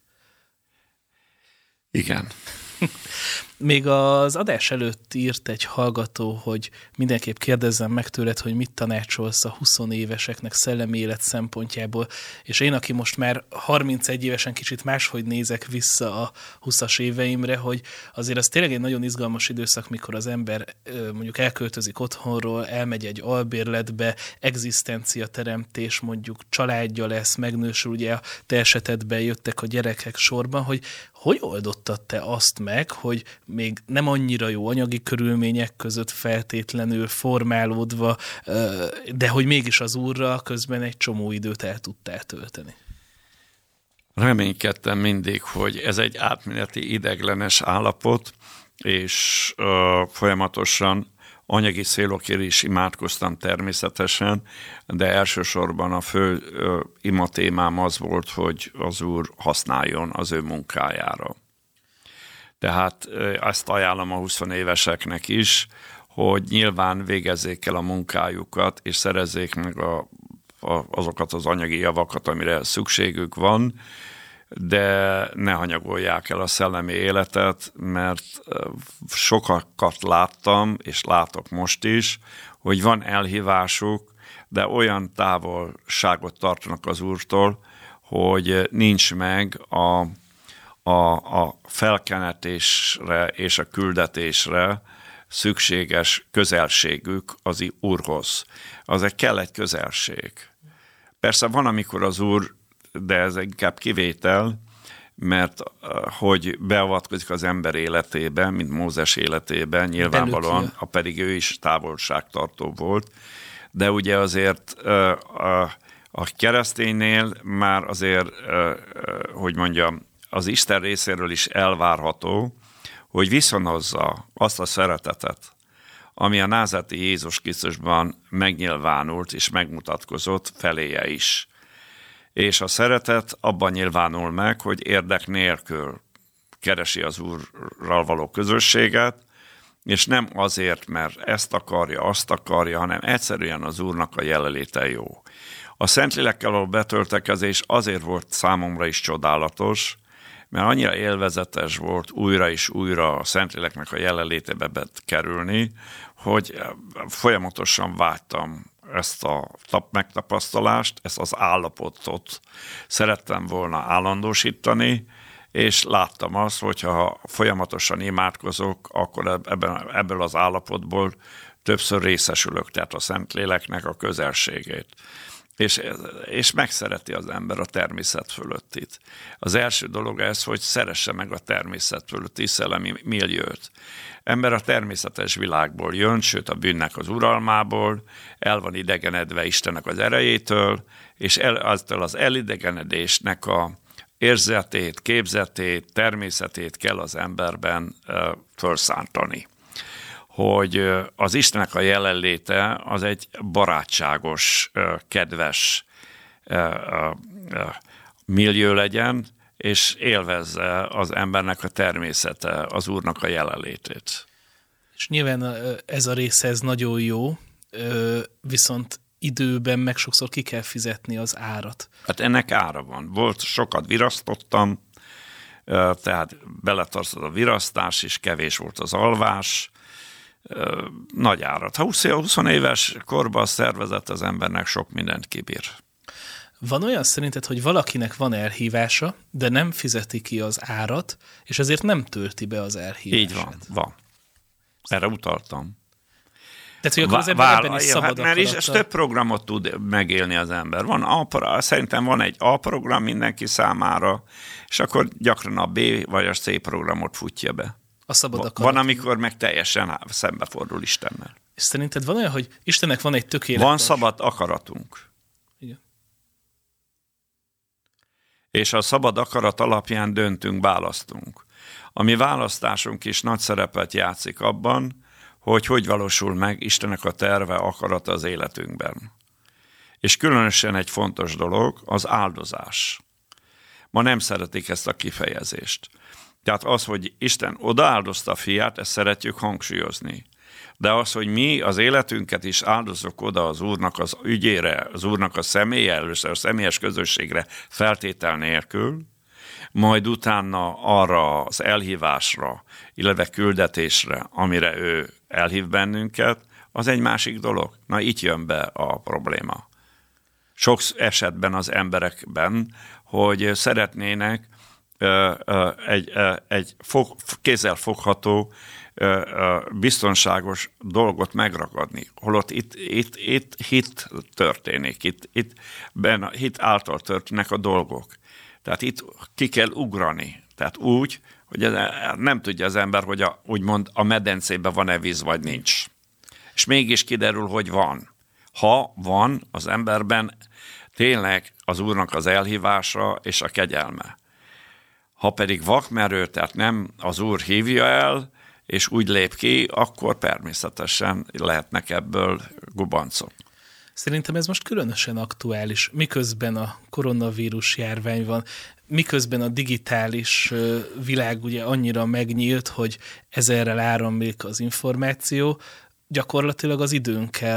Igen. Még az adás előtt írt egy hallgató, hogy mindenképp kérdezzem meg tőled, hogy mit tanácsolsz a 20 éveseknek szellemi élet szempontjából, és én, aki most már 31 évesen kicsit máshogy nézek vissza a 20-as éveimre, hogy azért az tényleg egy nagyon izgalmas időszak, mikor az ember mondjuk elköltözik otthonról, elmegy egy albérletbe, egzisztenciateremtés, mondjuk családja lesz, megnősül, ugye a te esetedben jöttek a gyerekek sorban, hogy oldottad te azt meg, hogy még nem annyira jó anyagi körülmények között feltétlenül formálódva, de hogy mégis az Úrral közben egy csomó időt el tudtál tölteni? Reménykedtem mindig, hogy ez egy átmeneti ideglenes állapot, és folyamatosan anyagi célokért is imádkoztam természetesen, de elsősorban a fő imatémám az volt, hogy az Úr használjon az ő munkájára. Tehát ezt ajánlom a 20 éveseknek is, hogy nyilván végezzék el a munkájukat, és szerezzék meg azokat az anyagi javakat, amire szükségük van, de ne hanyagolják el a szellemi életet, mert sokakat láttam, és látok most is, hogy van elhívásuk, de olyan távolságot tartanak az Úrtól, hogy nincs meg a felkenetésre és a küldetésre szükséges közelségük az Úrhoz. Kell egy közelség. Persze van, amikor az Úr, de ez inkább kivétel, mert hogy beavatkozik az ember életébe, mint Mózes életében, nyilvánvalóan, pedig ő is távolságtartó volt, de ugye azért a kereszténynél már azért, hogy mondjam, az Isten részéről is elvárható, hogy viszonozza azt a szeretetet, ami a názáreti Jézus Krisztusban megnyilvánult és megmutatkozott feléje is. És a szeretet abban nyilvánul meg, hogy érdek nélkül keresi az Úrral való közösséget, és nem azért, mert ezt akarja, azt akarja, hanem egyszerűen az Úrnak a jelenléte jó. A Szentlélekkel való betöltekezés azért volt számomra is csodálatos, mert annyira élvezetes volt újra és újra a Szentléleknek a jelenlétébe kerülni, hogy folyamatosan vágytam ezt a megtapasztalást, ezt az állapotot szerettem volna állandósítani, és láttam azt, hogyha folyamatosan imádkozok, akkor ebből az állapotból többször részesülök, tehát a Szentléleknek a közelségét. És megszereti az ember a természet fölöttit. Az első dolog ez, hogy szeresse meg a természet fölötti szellemi milliót. Ember a természetes világból jön, sőt a bűnnek az uralmából, el van idegenedve Istennek az erejétől, és aztán az elidegenedésnek a érzetét, képzetét, természetét kell az emberben felszántani. Hogy az Istennek a jelenléte az egy barátságos, kedves millió legyen, és élvezze az embernek a természete, az Úrnak a jelenlétét. És nyilván ez a része ez nagyon jó, viszont időben meg sokszor ki kell fizetni az árat. Hát ennek ára van. Sokat virasztottam, tehát beletartott a virasztás, és kevés volt az alvás, nagy árat. Ha 20 éves korban a szervezet az embernek sok mindent kibír. Van olyan szerinted, hogy valakinek van elhívása, de nem fizeti ki az árat, és ezért nem tölti be az elhívását? Így van. Erre utaltam. Tehát, hogy akkor az ember ebben is szabad mert is több programot tud megélni az ember. Szerintem van egy A program mindenki számára, és akkor gyakran a B vagy a C programot futja be. A szabad akarat. Van, amikor meg teljesen szembefordul Istennel. És szerinted van olyan, hogy Istennek van egy tökéletes... Van szabad akaratunk. Igen. És a szabad akarat alapján döntünk, választunk. A mi választásunk is nagy szerepet játszik abban, hogy valósul meg Istennek a terve, akarata az életünkben. És különösen egy fontos dolog, az áldozás. Ma nem szeretik ezt a kifejezést. Tehát az, hogy Isten odaáldozta a fiát, ezt szeretjük hangsúlyozni. De az, hogy mi az életünket is áldozok oda az Úrnak az ügyére, az Úrnak a személye, először a személyes közösségre feltétel nélkül, majd utána arra az elhívásra, illetve küldetésre, amire ő elhív bennünket, az egy másik dolog. Na, itt jön be a probléma. Sok esetben az emberekben, hogy szeretnének egy kézzelfogható, biztonságos dolgot megragadni. Holott itt hit történik, hit által történnek a dolgok. Tehát itt ki kell ugrani. Tehát úgy, hogy nem tudja az ember, hogy úgymond a medencében van-e víz, vagy nincs. És mégis kiderül, hogy van. Ha van az emberben tényleg az Úrnak az elhívása és a kegyelme. Ha pedig vakmerő, tehát nem az Úr hívja el, és úgy lép ki, akkor természetesen lehetnek ebből gubancok. Szerintem ez most különösen aktuális, miközben a koronavírus járvány van, miközben a digitális világ ugye annyira megnyílt, hogy ezerrel áramlik az információ, gyakorlatilag az időnkkel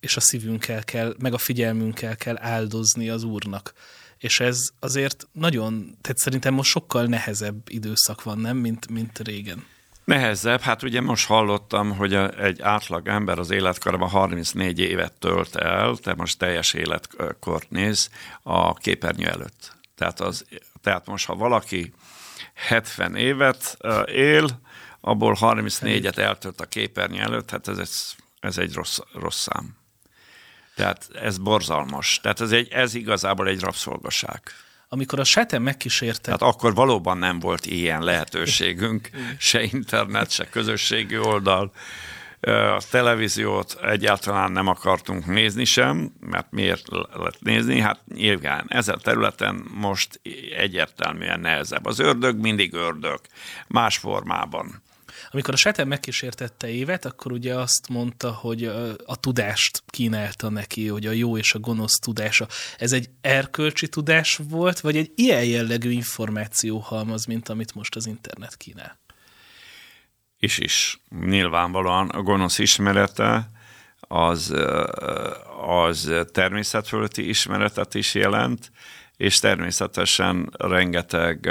és a szívünkkel kell, meg a figyelmünkkel kell áldozni az Úrnak. És ez azért nagyon, tehát szerintem most sokkal nehezebb időszak van, nem, mint régen. Nehezebb, hát ugye most hallottam, hogy egy átlag ember az életkorában 34 évet tölt el, te most teljes életkort néz a képernyő előtt. Tehát most, ha valaki 70 évet él, abból 34-et eltölt a képernyő előtt, hát ez egy rossz szám. Tehát ez borzalmas. Tehát ez igazából egy rabszolgaság. Amikor a Sátán megkísérte... Tehát akkor valóban nem volt ilyen lehetőségünk, se internet, se közösségi oldal. A televíziót egyáltalán nem akartunk nézni sem, mert miért lehet nézni? Hát nyilván ezen területen most egyértelműen nehezebb. Az ördög mindig ördög, más formában. Amikor a Sátán megkísértette Évet, akkor ugye azt mondta, hogy a tudást kínálta neki, hogy a jó és a gonosz tudása. Ez egy erkölcsi tudás volt, vagy egy ilyen jellegű információhalmaz, mint amit most az internet kínál? Is. Nyilvánvalóan a gonosz ismerete az természetfölötti ismeretet is jelent, és természetesen rengeteg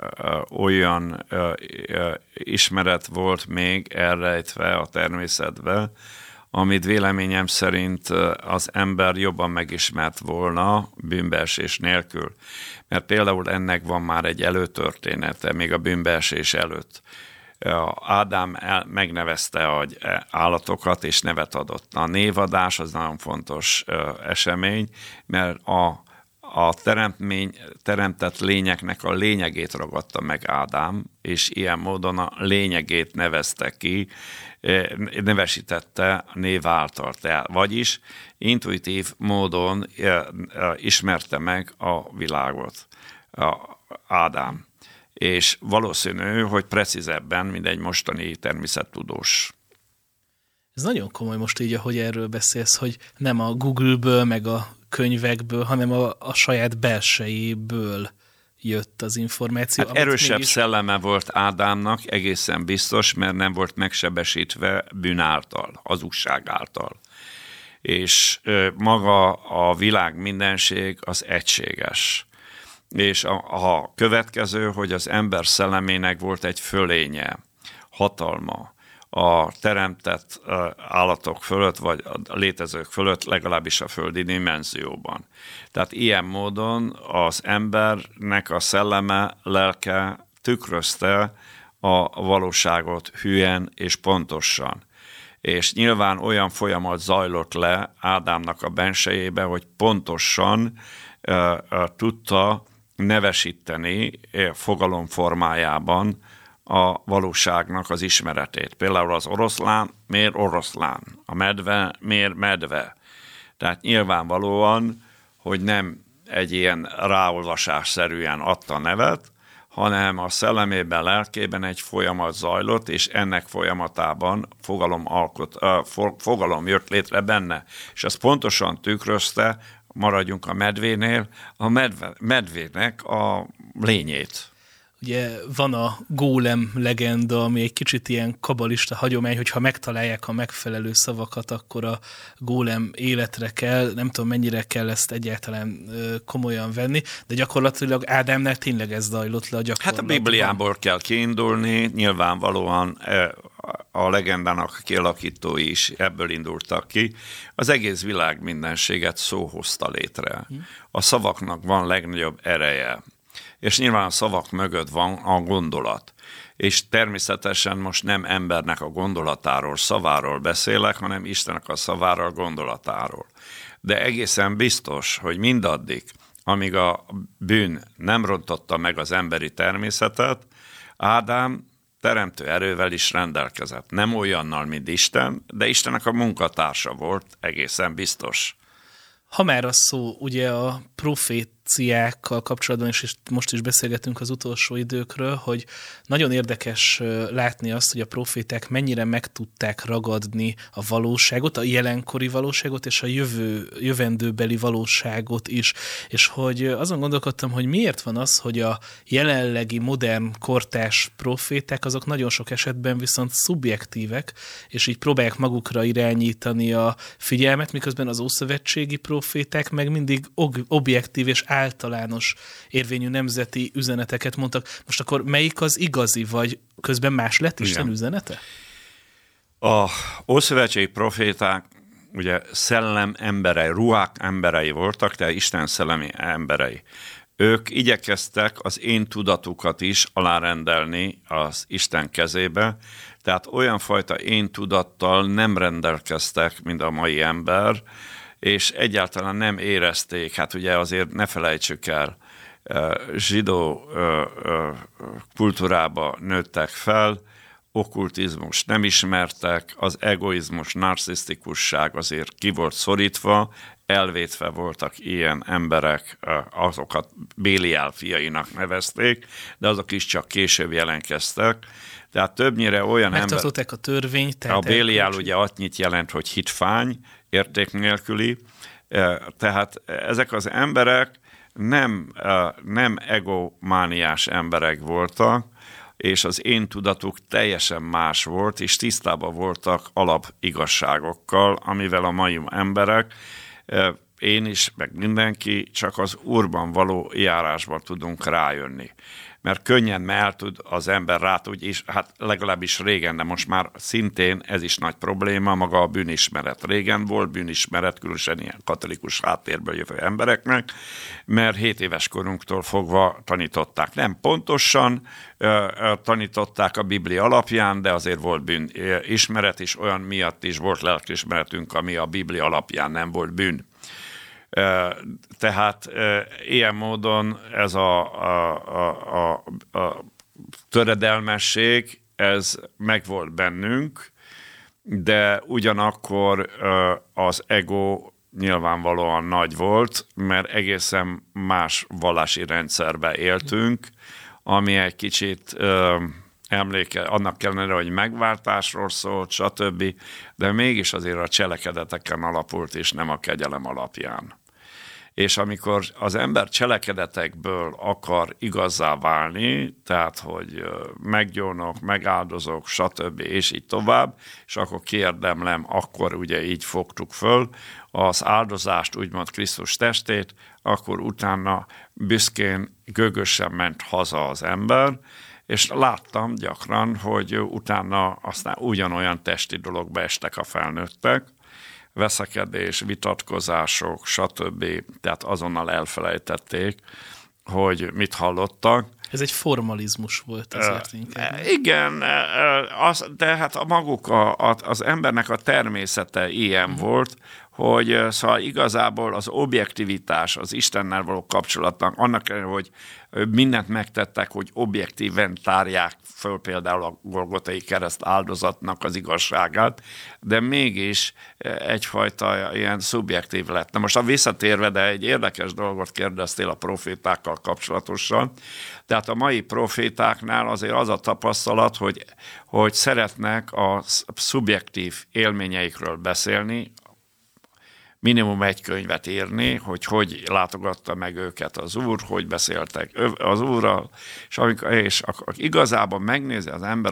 olyan ismeret volt még elrejtve a természetbe, amit véleményem szerint az ember jobban megismert volna bűnbeesés nélkül. Mert például ennek van már egy előtörténete, még a bűnbeesés előtt. Ádám megnevezte az állatokat, és nevet adott. A névadás az nagyon fontos esemény, mert a teremtett lényeknek a lényegét ragadta meg Ádám, és ilyen módon a lényegét nevezte ki, nevesítette név által. Vagyis intuitív módon ismerte meg a világot Ádám. És valószínű, hogy precízebben, mint egy mostani természettudós. Ez nagyon komoly most így, ahogy erről beszélsz, hogy nem a Google-ből, meg a könyvekből, hanem a saját belsejéből jött az információ. Hát erősebb szelleme volt Ádámnak, egészen biztos, mert nem volt megsebesítve bűn által, hazugság által. És maga a világ mindenség az egységes. És a következő, hogy az ember szellemének volt egy fölénye, hatalma a teremtett állatok fölött, vagy a létezők fölött, legalábbis a földi dimenzióban. Tehát ilyen módon az embernek a szelleme, lelke tükrözte a valóságot hülyen és pontosan. És nyilván olyan folyamat zajlott le Ádámnak a bensejébe, hogy pontosan tudta nevesíteni fogalom formájában a valóságnak az ismeretét. Például az oroszlán miért oroszlán, a medve miért medve. Tehát nyilvánvalóan, hogy nem egy ilyen ráolvasásszerűen adta nevet, hanem a szellemében, lelkében egy folyamat zajlott, és ennek folyamatában fogalom jött létre benne. És az pontosan tükrözte, maradjunk a medvénél, a medvének a lényét. Ugye van a gólem legenda, ami egy kicsit ilyen kabalista hagyomány, hogyha megtalálják a megfelelő szavakat, akkor a gólem életre kell, nem tudom mennyire kell ezt egyáltalán komolyan venni, de gyakorlatilag Ádámnál tényleg ez zajlott le a gyakorlatban. Hát a Bibliából kell kiindulni, nyilvánvalóan a legendának kialakítói is ebből indultak ki. Az egész világ mindenséget szó hozta létre. A szavaknak van legnagyobb ereje. És nyilván a szavak mögött van a gondolat. És természetesen most nem embernek a gondolatáról, szaváról beszélek, hanem Istennek a szaváról, gondolatáról. De egészen biztos, hogy mindaddig, amíg a bűn nem rontotta meg az emberi természetet, Ádám teremtő erővel is rendelkezett. Nem olyannal, mint Isten, de Istennek a munkatársa volt, egészen biztos. Ha már az szó, ugye a proféciákkal kapcsolatban, és most is beszélgetünk az utolsó időkről, hogy nagyon érdekes látni azt, hogy a proféták mennyire meg tudták ragadni a valóságot, a jelenkori valóságot, és a jövendőbeli valóságot is. És hogy azon gondolkodtam, hogy miért van az, hogy a jelenlegi modern kortárs proféták azok nagyon sok esetben viszont szubjektívek, és így próbálják magukra irányítani a figyelmet, miközben az ószövetségi proféták meg mindig objektív és általános érvényű nemzeti üzeneteket mondtak. Most akkor melyik az igazi, vagy közben más lett Isten üzenete? A ószövetségi proféták ugye szellem emberei, ruhák emberei voltak, tehát Isten szellemi emberei. Ők igyekeztek az én tudatukat is alárendelni az Isten kezébe, tehát olyan fajta én tudattal nem rendelkeztek, mint a mai ember, és egyáltalán nem érezték, hát ugye azért ne felejtsük el, zsidó kultúrába nőttek fel, okkultizmus nem ismertek, az egoizmus, narcisztikusság azért ki volt szorítva, elvétve voltak ilyen emberek, azokat Béliál fiainak nevezték, de azok is csak később jelentkeztek. Tehát többnyire olyan ember... Megtartották a törvényt. A Béliál ugye annyit jelent, hogy hitfány, érték nélküli. Tehát ezek az emberek nem egomániás emberek voltak, és az én tudatuk teljesen más volt, és tisztában voltak alapigazságokkal, amivel a mai emberek, én is, meg mindenki, csak az Úrban való járásban tudunk rájönni. Mert könnyen el tud az ember rá tud, és hát legalábbis régen, de most már szintén ez is nagy probléma, maga a bűnismeret. Régen volt bűnismeret, különösen ilyen katolikus háttérből jövő embereknek, mert 7 éves korunktól fogva tanították. Nem pontosan tanították a Biblia alapján, de azért volt bűnismeret, és olyan miatt is volt lelkiismeretünk, ami a Biblia alapján nem volt bűn. Tehát ilyen módon ez a töredelmesség, ez megvolt bennünk, de ugyanakkor az ego nyilvánvalóan nagy volt, mert egészen más vallási rendszerbe éltünk, ami egy kicsit annak kellene, hogy megváltásról szólt, stb., de mégis azért a cselekedeteken alapult, és nem a kegyelem alapján. És amikor az ember cselekedetekből akar igazzá válni, tehát, hogy meggyónok, megáldozok, stb., és így tovább, és akkor kiérdemlem, akkor ugye így fogtuk föl az áldozást, úgymond Krisztus testét, akkor utána büszkén, gőgösen ment haza az ember, és láttam gyakran, hogy utána aztán ugyanolyan testi dologba estek a felnőttek, veszekedés, vitatkozások, stb. Tehát azonnal elfelejtették, hogy mit hallottak. Ez egy formalizmus volt azért inkább. Igen, de hát az embernek a természete ilyen volt, hogy szóval igazából az objektivitás, az Istennel való kapcsolatnak, annak ellenére, hogy mindent megtettek, hogy objektíven tárják föl például a Golgotai kereszt áldozatnak az igazságát, de mégis egyfajta ilyen szubjektív lett. Na most a visszatérve, de egy érdekes dolgot kérdeztél a profétákkal kapcsolatosan. Tehát a mai profétáknál azért az a tapasztalat, hogy szeretnek a szubjektív élményeikről beszélni, minimum egy könyvet írni, hogy látogatta meg őket az Úr, hogy beszéltek az Úrral, és igazából megnézi az ember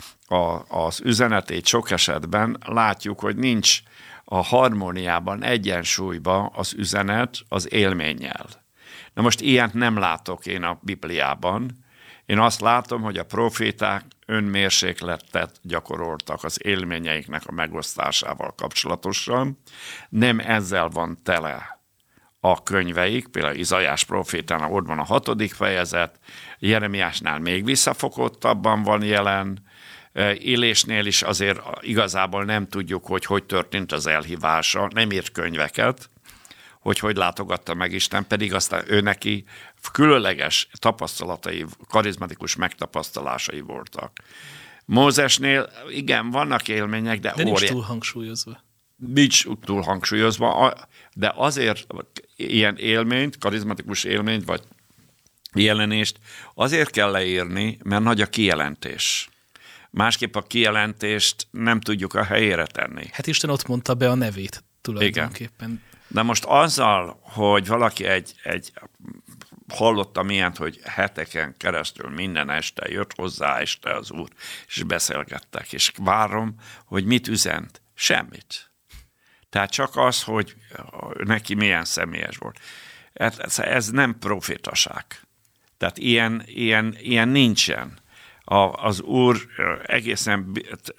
az üzenetét sok esetben, látjuk, hogy nincs a harmóniában, egyensúlyban az üzenet az élménnyel. Na most ilyet nem látok én a Bibliában. Én azt látom, hogy a proféták önmérsékletet gyakoroltak az élményeiknek a megosztásával kapcsolatosan. Nem ezzel van tele a könyveik, például Izaiás profétánál ott van a 6. fejezet, Jeremiásnál még visszafogottabban van jelen, Illésnél is azért igazából nem tudjuk, hogy történt az elhívása, nem írt könyveket, hogy látogatta meg Isten, pedig aztán ő neki különleges tapasztalatai, karizmatikus megtapasztalásai voltak. Mózesnél igen, vannak élmények, de nincs túl hangsúlyozva. nincs túl hangsúlyozva, de azért ilyen élményt, karizmatikus élményt, vagy jelenést azért kell leírni, mert nagy a kijelentés. Másképp a kijelentést nem tudjuk a helyére tenni. Hát Isten ott mondta be a nevét tulajdonképpen. Igen. De most azzal, hogy valaki hallottam ilyent, hogy heteken keresztül minden este jött hozzá este az Úr, és beszélgettek, és várom, hogy mit üzent. Semmit. Tehát csak az, hogy neki milyen személyes volt. Ez nem profétaság. Tehát ilyen nincsen. Az Úr egészen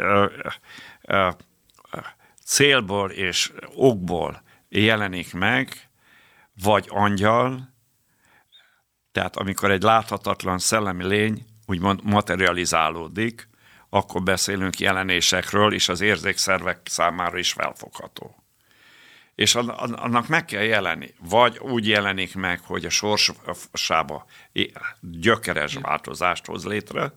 célból és okból jelenik meg, vagy angyal, tehát amikor egy láthatatlan szellemi lény úgymond materializálódik, akkor beszélünk jelenésekről, és az érzékszervek számára is felfogható. És annak meg kell jelenni. Vagy úgy jelenik meg, hogy a sorsába gyökeres változást hoz létre.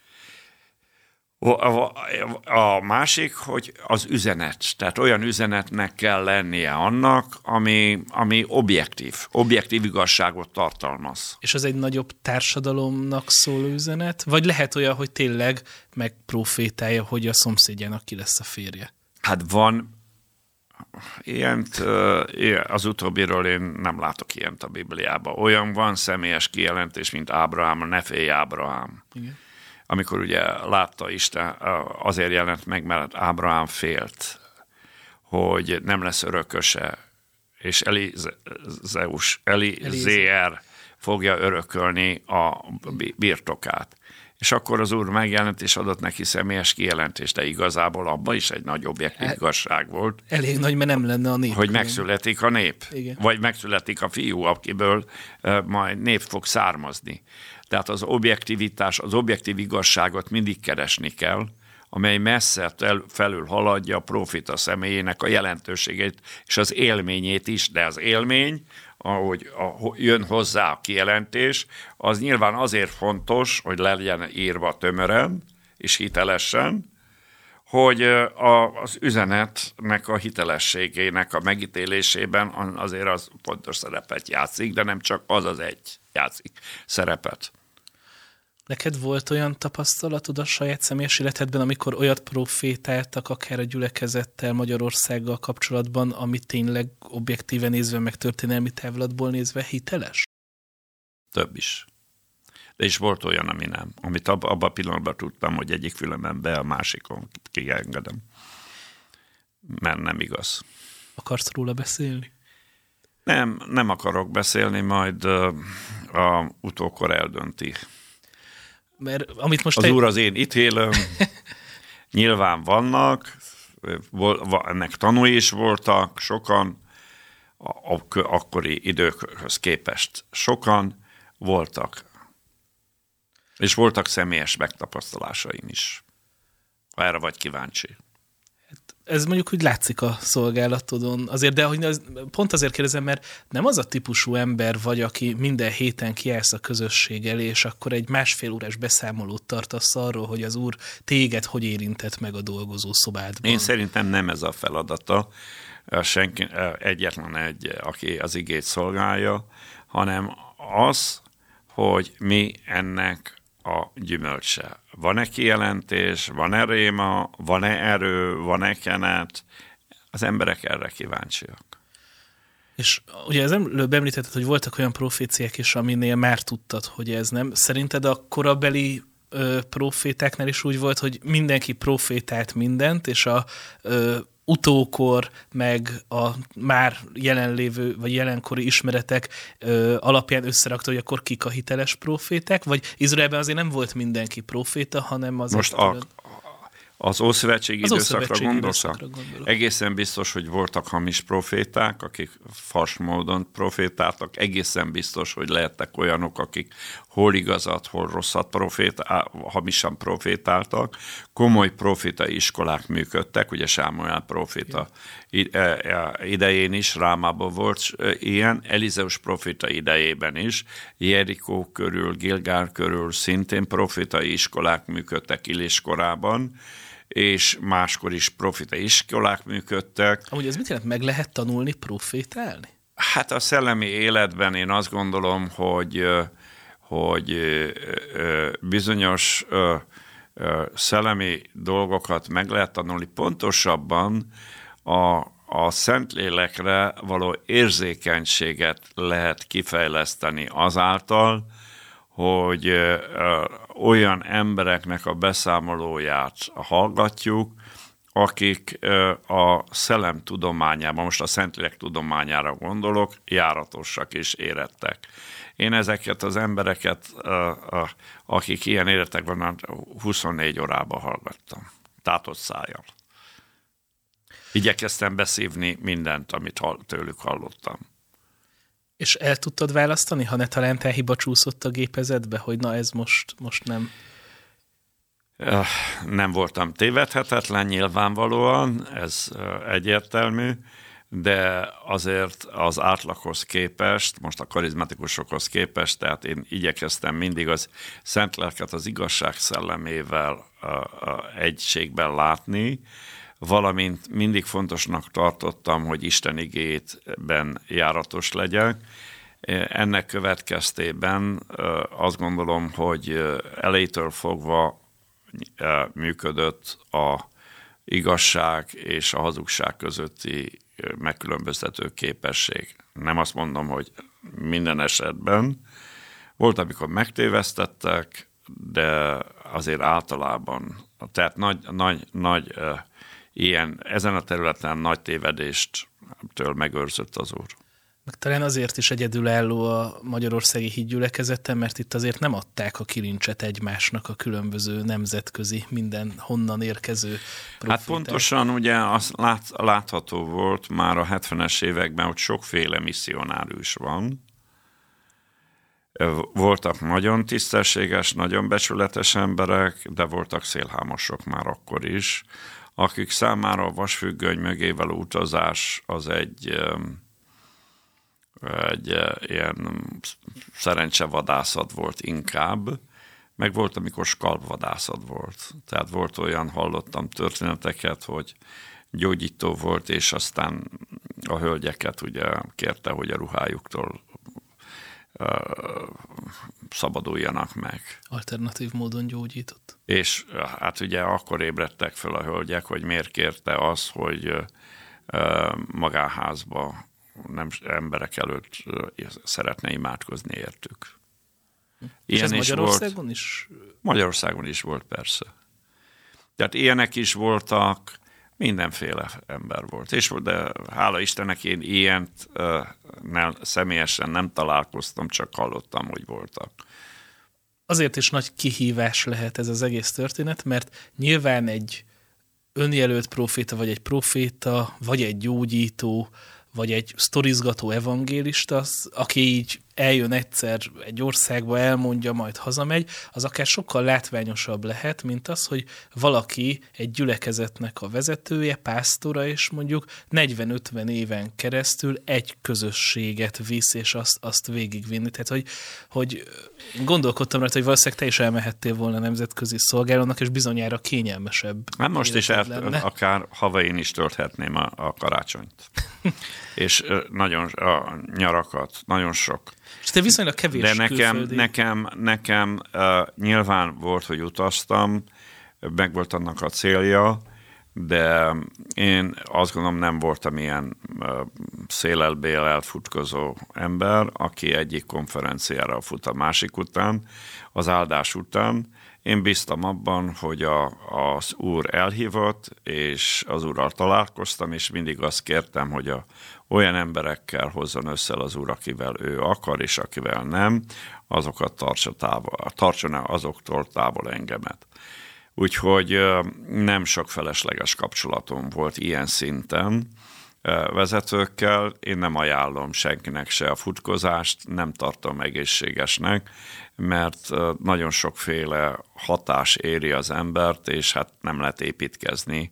A másik, hogy az üzenet. Tehát olyan üzenetnek kell lennie annak, ami objektív igazságot tartalmaz. És az egy nagyobb társadalomnak szóló üzenet? Vagy lehet olyan, hogy tényleg megprofétálja, hogy a szomszédjának ki lesz a férje? Hát van ilyent, az utóbbiről én nem látok ilyent a Bibliában. Olyan van személyes kijelentés, mint Ábrahám, a ne félj Ábrahám. Igen. Amikor ugye látta Isten, azért jelent meg, mert Ábrahám félt, hogy nem lesz örököse, és Elizéer fogja örökölni a birtokát. És akkor az Úr megjelent, és adott neki személyes kijelentést, de igazából abban is egy nagy objektív igazság volt. Elég nagy, mert nem lenne a nép. Hogy megszületik a nép. Igen. Vagy megszületik a fiú, akiből majd nép fog származni. Tehát az objektivitás, az objektív igazságot mindig keresni kell, amely messze felül haladja a profita személyének a jelentőségét és az élményét is, de az élmény, ahogy jön hozzá a kijelentés, az nyilván azért fontos, hogy legyen írva tömören és hitelesen, hogy az üzenetnek a hitelességének a megítélésében azért az fontos szerepet játszik, de nem csak az egy játszik szerepet. Neked volt olyan tapasztalatod a saját személyes életedben, amikor olyat profétáltak akár a gyülekezettel, Magyarországgal kapcsolatban, ami tényleg objektíven nézve, meg történelmi távlatból nézve hiteles? Több is. De is volt olyan, ami nem. Amit abban a pillanatban tudtam, hogy egyik fülemen be, a másikon kiengedem. Mert nem igaz. Akarsz róla beszélni? Nem akarok beszélni, majd a utókor eldönti. Mert amit most az Úr az én ítélőm, nyilván vannak, ennek tanúi is voltak, sokan, akkori időkhöz képest sokan voltak. És voltak személyes megtapasztalásaim is. Ha erre vagy kíváncsi. Ez mondjuk úgy látszik a szolgálatodon. Azért, de hogy pont azért kérdezem, mert nem az a típusú ember vagy, aki minden héten kiállsz a közösség elé, és akkor egy 1,5 órás beszámolót tartasz arról, hogy az Úr téged hogy érintett meg a dolgozó szobádban. Én szerintem nem ez a feladata. Senki, egyetlen egy, aki az igét szolgálja, hanem az, hogy mi ennek a gyümölcse. Van-e kijelentés, van-e réma, van-e erő, van-e kenet? Az emberek erre kíváncsiak. És ugye az előbb említetted, hogy voltak olyan proféciák is, aminél már tudtad, hogy ez nem. Szerinted a korabeli profétáknál is úgy volt, hogy mindenki profétált mindent, és a utókor, meg a már jelenlévő, vagy jelenkori ismeretek alapján összerakta, hogy akkor kik a hiteles proféták, vagy Izraelben azért nem volt mindenki proféta, hanem az... Most az Ószövetségi időszakra gondolsz? Egészen biztos, hogy voltak hamis proféták, akik fals módon profétáltak. Egészen biztos, hogy lehettek olyanok, akik hol igazat, hol rosszat hamisan profétáltak. Komoly profétai iskolák működtek, ugye Sámuel proféta idején is, Rámában volt ilyen, Elizeus proféta idejében is, Jerikó körül, Gilgál körül szintén profétai iskolák működtek Illés korában, és máskor is profita iskolák működtek. Amúgy ez mit jelent? Meg lehet tanulni profétálni? Hát a szellemi életben én azt gondolom, hogy bizonyos szellemi dolgokat meg lehet tanulni. Pontosabban a Szentlélekre való érzékenységet lehet kifejleszteni azáltal, hogy olyan embereknek a beszámolóját hallgatjuk, akik a szellem tudományában, most a Szentlélek tudományára gondolok, járatosak és érettek. Én ezeket az embereket, akik ilyen érettek vannak, 24 órában hallgattam. Tátott szájjal. Igyekeztem beszívni mindent, amit tőlük hallottam. És el tudtad választani, ha ne talán hiba csúszott a gépezetbe, hogy na ez most nem? Nem voltam tévedhetetlen nyilvánvalóan, ez egyértelmű, de azért az átlaghoz képest, most a karizmatikusokhoz képest, tehát én igyekeztem mindig az Szentléleket az igazság szellemével egységben látni, valamint mindig fontosnak tartottam, hogy Isten igéjében járatos legyek. Ennek következtében azt gondolom, hogy elejétől fogva működött a igazság és a hazugság közötti megkülönböztető képesség. Nem azt mondom, hogy minden esetben. Volt, amikor megtévesztettek, de azért általában, tehát nagy ilyen, ezen a területen nagy tévedéstől megőrzött az Úr. Meg talán azért is egyedülálló a magyarországi hídgyülekezeten, mert itt azért nem adták a kilincset egymásnak a különböző nemzetközi, minden honnan érkező profiták. Hát pontosan ugye az látható volt már a 70-es években, hogy sokféle misszionárus van. Voltak nagyon tisztességes, nagyon becsületes emberek, de voltak szélhámosok már akkor is, akik számára a vasfüggöny mögével utazás az egy ilyen szerencsevadászat volt inkább, meg volt, amikor skalpvadászat volt. Tehát volt olyan, hallottam történeteket, hogy gyógyító volt, és aztán a hölgyeket ugye kérte, hogy a ruhájuktól szabaduljanak meg. Alternatív módon gyógyított. És hát ugye akkor ébredtek fel a hölgyek, hogy miért kérte az, hogy magánházba nem emberek előtt szeretne imádkozni értük. És ez Magyarországon is? Magyarországon is volt, persze. Tehát ilyenek is voltak, mindenféle ember volt. De hála Istennek én ilyent személyesen nem találkoztam, csak hallottam, hogy voltak. Azért is nagy kihívás lehet ez az egész történet, mert nyilván egy önjelölt proféta, vagy egy gyógyító, vagy egy sztorizgató evangélista, aki így eljön egyszer egy országba, elmondja, majd hazamegy, az akár sokkal látványosabb lehet, mint az, hogy valaki egy gyülekezetnek a vezetője, pásztora, és mondjuk 40-50 éven keresztül egy közösséget visz, és azt végigvinni. Tehát, hogy gondolkodtam rá, hogy valószínűleg te is elmehettél volna nemzetközi szolgálónak, és bizonyára kényelmesebb. Hát most is akár Havain is tölthetném a karácsonyt. És nagyon a nyarakat, nagyon sok. És te viszonylag kevés de külföldi. nekem nyilván volt, hogy utaztam, meg volt annak a célja, de én azt gondolom nem voltam ilyen szélelbélel futkozó ember, aki egyik konferenciára fut a másik után, az áldás után. Én bíztam abban, hogy az Úr elhívott, és az Úrral találkoztam, és mindig azt kértem, hogy olyan emberekkel hozzon össze az Úr, akivel ő akar, és akivel nem, azokat tartson azoktól távol engemet. Úgyhogy nem sok felesleges kapcsolatom volt ilyen szinten vezetőkkel. Én nem ajánlom senkinek se a futkozást, nem tartom egészségesnek, mert nagyon sokféle hatás éri az embert, és hát nem lehet építkezni.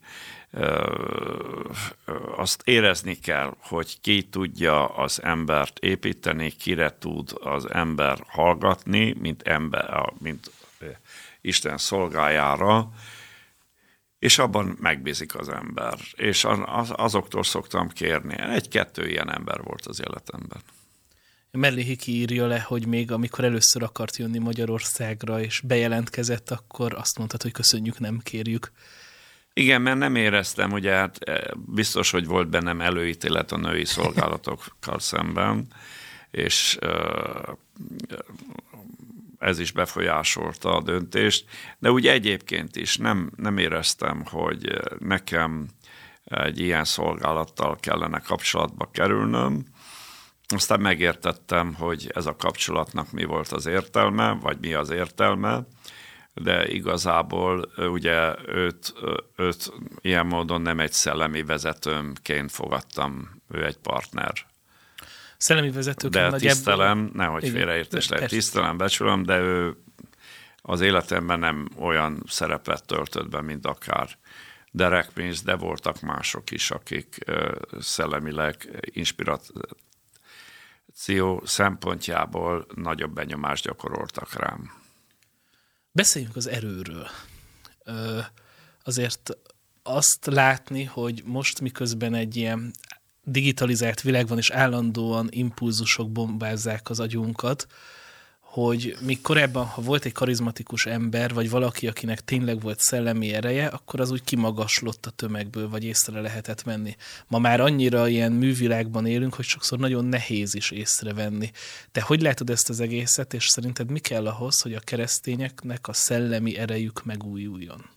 Azt érezni kell, hogy ki tudja az embert építeni, kire tud az ember hallgatni, mint Isten szolgájára, és abban megbízik az ember. És azoktól szoktam kérni. Egy-kettő ilyen ember volt az életemben. Mellé Hiki írja le, hogy még amikor először akart jönni Magyarországra, és bejelentkezett, akkor azt mondtad, hogy köszönjük, nem kérjük. Igen, mert nem éreztem, ugye hát biztos, hogy volt bennem előítélet a női szolgálatokkal szemben, és ez is befolyásolta a döntést, de úgy egyébként is nem éreztem, hogy nekem egy ilyen szolgálattal kellene kapcsolatba kerülnöm. Aztán megértettem, hogy ez a kapcsolatnak mi volt az értelme, vagy mi az értelme, de igazából ugye őt ilyen módon nem egy szellemi vezetőmként fogadtam, ő egy partner. Szellemi vezetőként de nagyjából... tisztelem, nehogy félreértés lehet, tisztelem, becsülöm, de ő az életemben nem olyan szerepet töltött be, mint akár Derek Prince, de voltak mások is, akik szellemileg inspiráció szempontjából nagyobb benyomást gyakoroltak rám. Beszéljünk az erőről. Azért azt látni, hogy most miközben egy ilyen digitalizált világ van, és állandóan impulzusok bombázzák az agyunkat, hogy még korábban, ha volt egy karizmatikus ember, vagy valaki, akinek tényleg volt szellemi ereje, akkor az úgy kimagaslott a tömegből, vagy észre lehetett venni. Ma már annyira ilyen művilágban élünk, hogy sokszor nagyon nehéz is észrevenni. Te hogy látod ezt az egészet, és szerinted mi kell ahhoz, hogy a keresztényeknek a szellemi erejük megújuljon?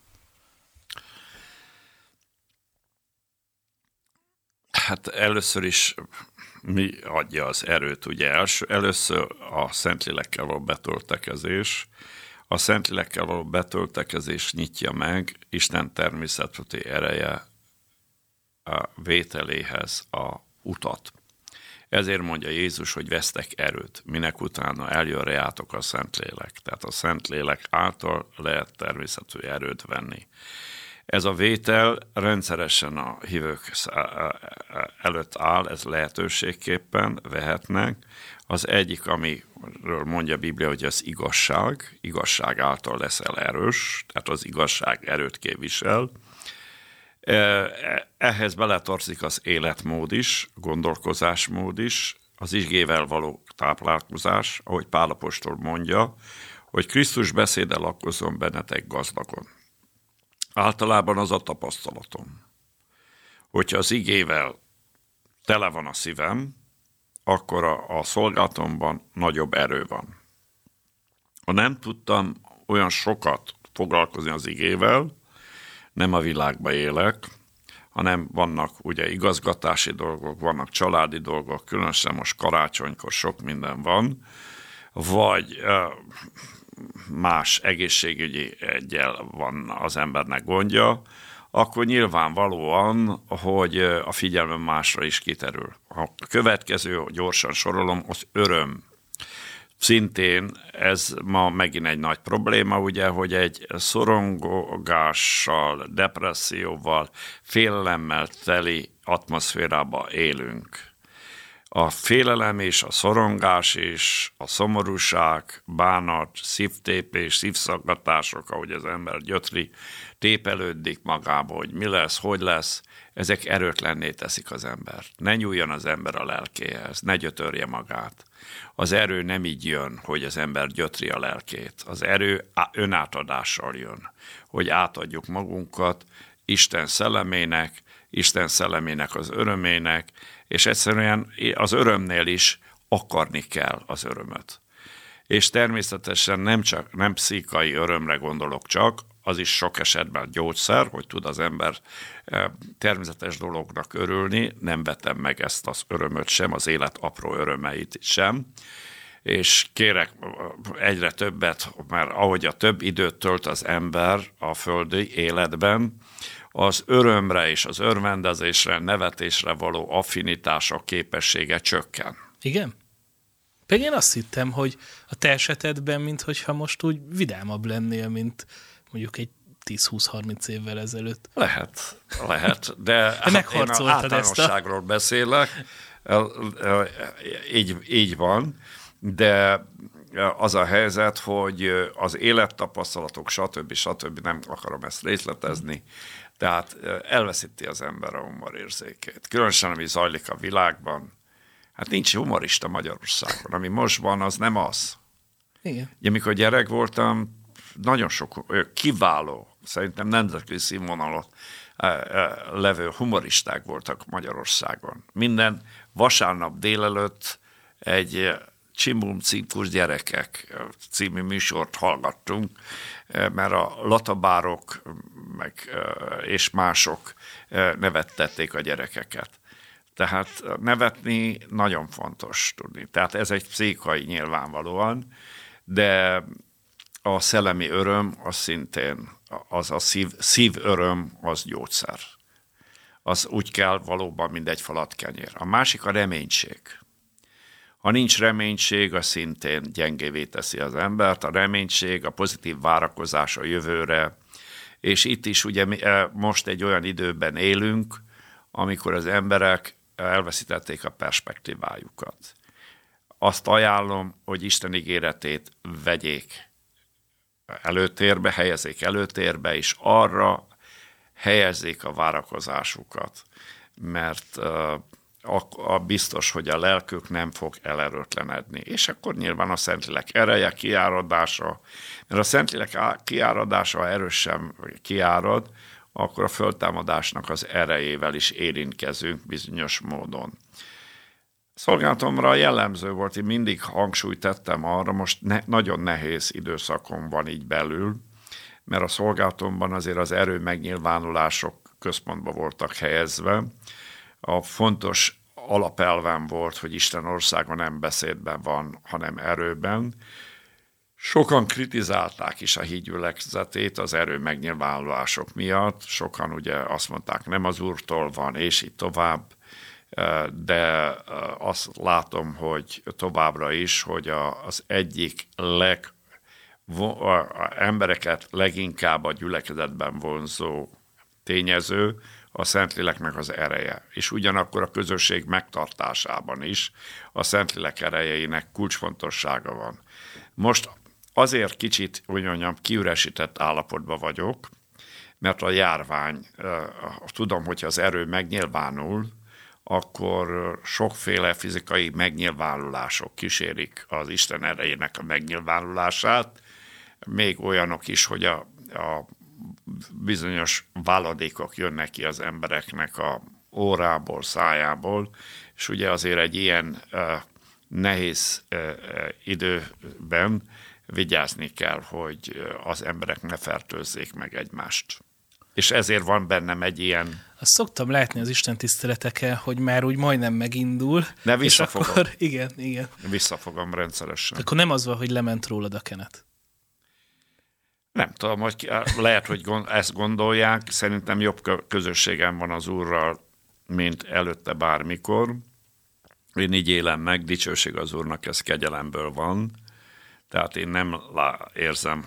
Hát először is mi adja az erőt, ugye? Először a Szentlélekkel való betöltekezés. A Szentlélekkel való betöltekezés nyitja meg Isten természeti ereje a vételéhez a utat. Ezért mondja Jézus, hogy vesztek erőt, minek utána eljön reátok a Szentlélek. Tehát a Szentlélek által lehet természetű erőt venni. Ez a vétel rendszeresen a hívők előtt áll, ez lehetőségképpen vehetnek. Az egyik, amiről mondja a Biblia, hogy az igazság által leszel erős, tehát az igazság erőt képvisel. Ehhez beletartozik az életmód is, gondolkozásmód is, az igével való táplálkozás, ahogy Pál apostol mondja, hogy Krisztus beszéde lakkozzon bennetek gazdagon. Általában az a tapasztalatom, hogyha az igével tele van a szívem, akkor a szolgálatomban nagyobb erő van. Ha nem tudtam olyan sokat foglalkozni az igével, nem a világba élek, hanem vannak ugye igazgatási dolgok, vannak családi dolgok, különösen most karácsonykor sok minden van, vagy más egészségügyi egyel van az embernek gondja, akkor nyilvánvalóan, hogy a figyelmem másra is kiterül. A következő, gyorsan sorolom, az öröm. Szintén ez ma megint egy nagy probléma, ugye, hogy egy szorongással, depresszióval, félelemmel teli atmoszférába élünk. A félelem és a szorongás és a szomorúság, bánat, szívtépés, szívszaggatások, ahogy az ember gyötri, tépelődik magába, hogy mi lesz, hogy lesz, ezek erőtlenné teszik az embert. Ne nyúljon az ember a lelkéhez, ne gyötörje magát. Az erő nem így jön, hogy az ember gyötri a lelkét. Az erő önátadással jön, hogy átadjuk magunkat Isten szellemének az örömének, és egyszerűen az örömnél is akarni kell az örömöt. És természetesen nem pszichai örömre gondolok csak, az is sok esetben gyógyszer, hogy tud az ember természetes dolognak örülni, nem vetem meg ezt az örömöt sem, az élet apró örömeit sem, és kérek egyre többet, mert ahogy a több időt tölt az ember a földi életben, az örömre és az örvendezésre, nevetésre való affinitása képessége csökken. Igen? Pedig én azt hittem, hogy a te esetedben, minthogyha most úgy vidámabb lennél, mint mondjuk egy 10-20-30 évvel ezelőtt. Lehet, de hát én az általánosságról beszélek, így van, de az a helyzet, hogy az élettapasztalatok, stb. Nem akarom ezt részletezni, tehát elveszíti az ember a humorérzékét. Különösen, ami zajlik a világban. Hát nincs humorista Magyarországon. Ami most van, az nem az. Igen. Ugye, amikor gyerek voltam, nagyon sok kiváló, szerintem nemzetközi színvonalat levő humoristák voltak Magyarországon. Minden vasárnap délelőtt egy Csimbum Cirkusz gyerekek című műsort hallgattunk, mert a latabárok és mások nevettették a gyerekeket. Tehát nevetni nagyon fontos tudni. Tehát ez egy pszichai nyilvánvalóan, de a szellemi öröm az szintén, az a szív öröm, az gyógyszer. Az úgy kell valóban, mint egy falat kenyér. A másik a reménység. Ha nincs reménység, az szintén gyengévé teszi az embert. A reménység, a pozitív várakozás a jövőre, és itt is ugye most egy olyan időben élünk, amikor az emberek elveszítették a perspektívájukat. Azt ajánlom, hogy Isten ígéretét vegyék előtérbe, helyezzék előtérbe, és arra helyezzék a várakozásukat, mert biztos, hogy a lelkük nem fog elerőtlenedni. És akkor nyilván a Szentlélek ereje, kiáradása, mert a Szentlélek kiáradása erősen kiárad, akkor a föltámadásnak az erejével is érintkezünk bizonyos módon. Szolgálatomra jellemző volt, én mindig hangsúlyt tettem arra, most nagyon nehéz időszakom van így belül, mert a szolgálatomban azért az erő megnyilvánulások központba voltak helyezve. A fontos alapelvem volt, hogy Isten országa nem beszédben van, hanem erőben. Sokan kritizálták is a hídgyülekezetét az erő megnyilvánulások miatt. Sokan ugye azt mondták, nem az Úrtól van, és így tovább. De azt látom, hogy továbbra is, hogy az egyik embereket leginkább a gyülekezetben vonzó tényező a Szentléleknek az ereje. És ugyanakkor a közösség megtartásában is a Szentlélek erejének kulcsfontossága van. Most azért kicsit, úgy mondjam, kiüresített állapotban vagyok, mert a járvány, tudom, hogy az erő megnyilvánul, akkor sokféle fizikai megnyilvánulások kísérik az Isten erejének a megnyilvánulását, még olyanok is, hogy a bizonyos váladékok jönnek ki az embereknek a órából, szájából, és ugye azért egy ilyen nehéz időben vigyázni kell, hogy az emberek ne fertőzzék meg egymást. És ezért van bennem egy ilyen... Azt szoktam látni az Isten tiszteleteken, hogy már úgy majdnem megindul. De visszafogom. És akkor, igen. Visszafogom rendszeresen. De akkor nem az van, hogy lement rólad a kenet. Nem tudom, hogy lehet, hogy ezt gondolják. Szerintem jobb közösségem van az Úrral, mint előtte bármikor. Én így élem meg, dicsőség az Úrnak, ez kegyelemből van. Tehát én nem érzem,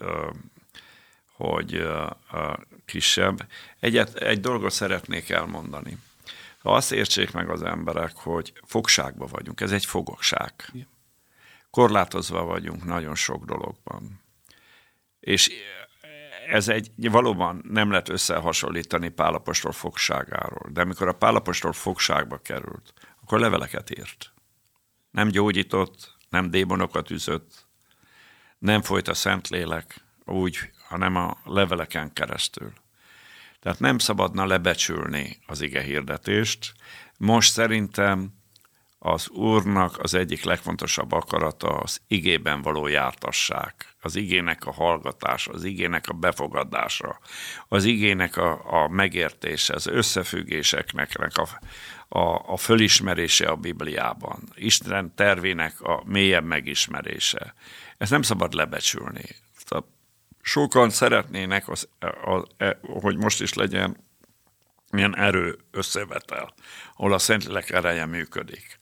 hogy kisebb. Egy dolgot szeretnék elmondani. Azt értsék meg az emberek, hogy fogságban vagyunk. Ez egy fogság. Korlátozva vagyunk nagyon sok dologban. És ez valóban nem lehet összehasonlítani Pál apostol fogságáról. De amikor a Pál apostol fogságba került, akkor leveleket írt. Nem gyógyított, nem démonokat üzött, nem folyt a Szentlélek úgy, hanem a leveleken keresztül. Tehát nem szabadna lebecsülni az ige hirdetést. Most szerintem az Úrnak az egyik legfontosabb akarata az igében való jártasság, az igének a hallgatása, az igének a befogadása, az igének a megértése, az összefüggéseknek a fölismerése a Bibliában, Isten tervének a mélyebb megismerése. Ezt nem szabad lebecsülni. Sokan szeretnének, hogy most is legyen ilyen erő összevetel, ahol a Szentlélek ereje működik.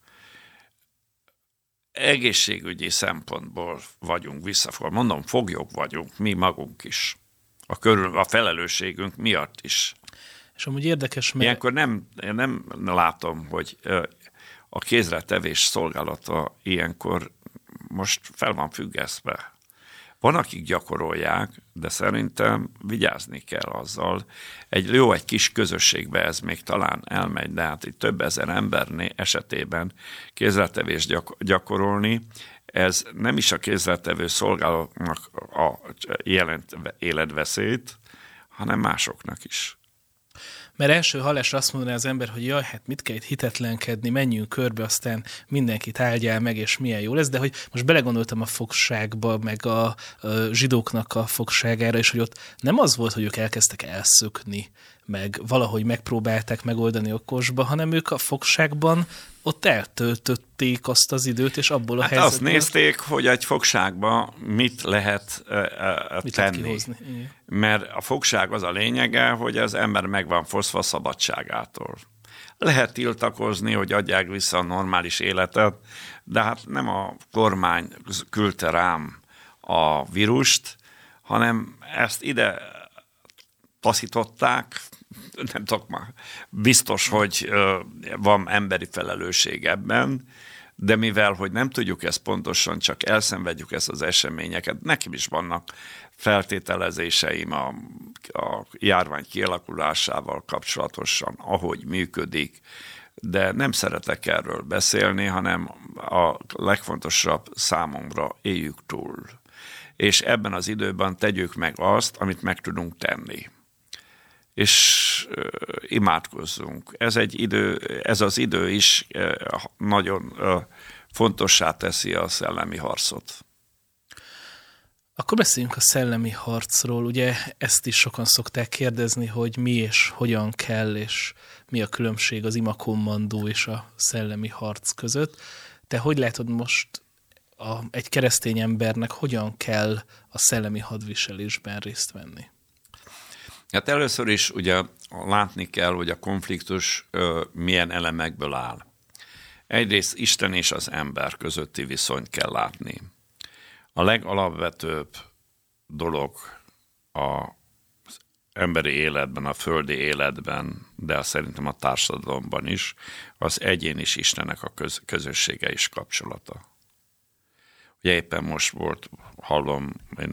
Egészségügyi szempontból vagyunk visszafogva. Mondom, foglyok vagyunk, mi magunk is. A felelősségünk miatt is. És amúgy érdekes, mert... Ilyenkor nem látom, hogy a kézre tevés szolgálata ilyenkor most fel van függesztve. Van, akik gyakorolják, de szerintem vigyázni kell azzal. Egy kis közösségbe ez még talán elmegy, de hát itt több ezer ember esetében kézzeltevést gyakorolni, ez nem is a kézzeltevő szolgálóknak jelent életveszélyt, hanem másoknak is. Mert első hallásra azt mondaná az ember, hogy jaj, hát mit kell itt hitetlenkedni, menjünk körbe, aztán mindenkit áldjál meg, és milyen jó lesz, de hogy most belegondoltam a fogságba, meg a zsidóknak a fogságára, és hogy ott nem az volt, hogy ők elkezdtek elszökni, meg valahogy megpróbálták megoldani okosba, hanem ők a fogságban ott eltöltötték azt az időt, és abból a helyzetből... azt nézték, hogy egy fogságban mit lehet tenni. Mert a fogság az a lényege, hogy az ember meg van fosztva szabadságától. Lehet tiltakozni, hogy adják vissza a normális életet, de hát nem a kormány küldte rám a vírust, hanem ezt ide taszították, nem tudok már, biztos, hogy van emberi felelősség ebben, de mivel, hogy nem tudjuk ezt pontosan, csak elszenvedjük ezt az eseményeket, nekem is vannak feltételezéseim a járvány kialakulásával kapcsolatosan, ahogy működik, de nem szeretek erről beszélni, hanem a legfontosabb számomra éljük túl. És ebben az időben tegyük meg azt, amit meg tudunk tenni. És imádkozzunk. Ez az idő is nagyon fontossá teszi a szellemi harcot. Akkor beszéljünk a szellemi harcról. Ugye ezt is sokan szokták kérdezni, hogy mi és hogyan kell, és mi a különbség az imakommandó és a szellemi harc között. Te hogy látod most egy keresztény embernek, hogyan kell a szellemi hadviselésben részt venni? Hát először is ugye látni kell, hogy a konfliktus milyen elemekből áll. Egyrészt Isten és az ember közötti viszonyt kell látni. A legalapvetőbb dolog az emberi életben, a földi életben, de szerintem a társadalomban is, az egyén és Istennek a közössége és kapcsolata. Ugye éppen most volt, hallom, én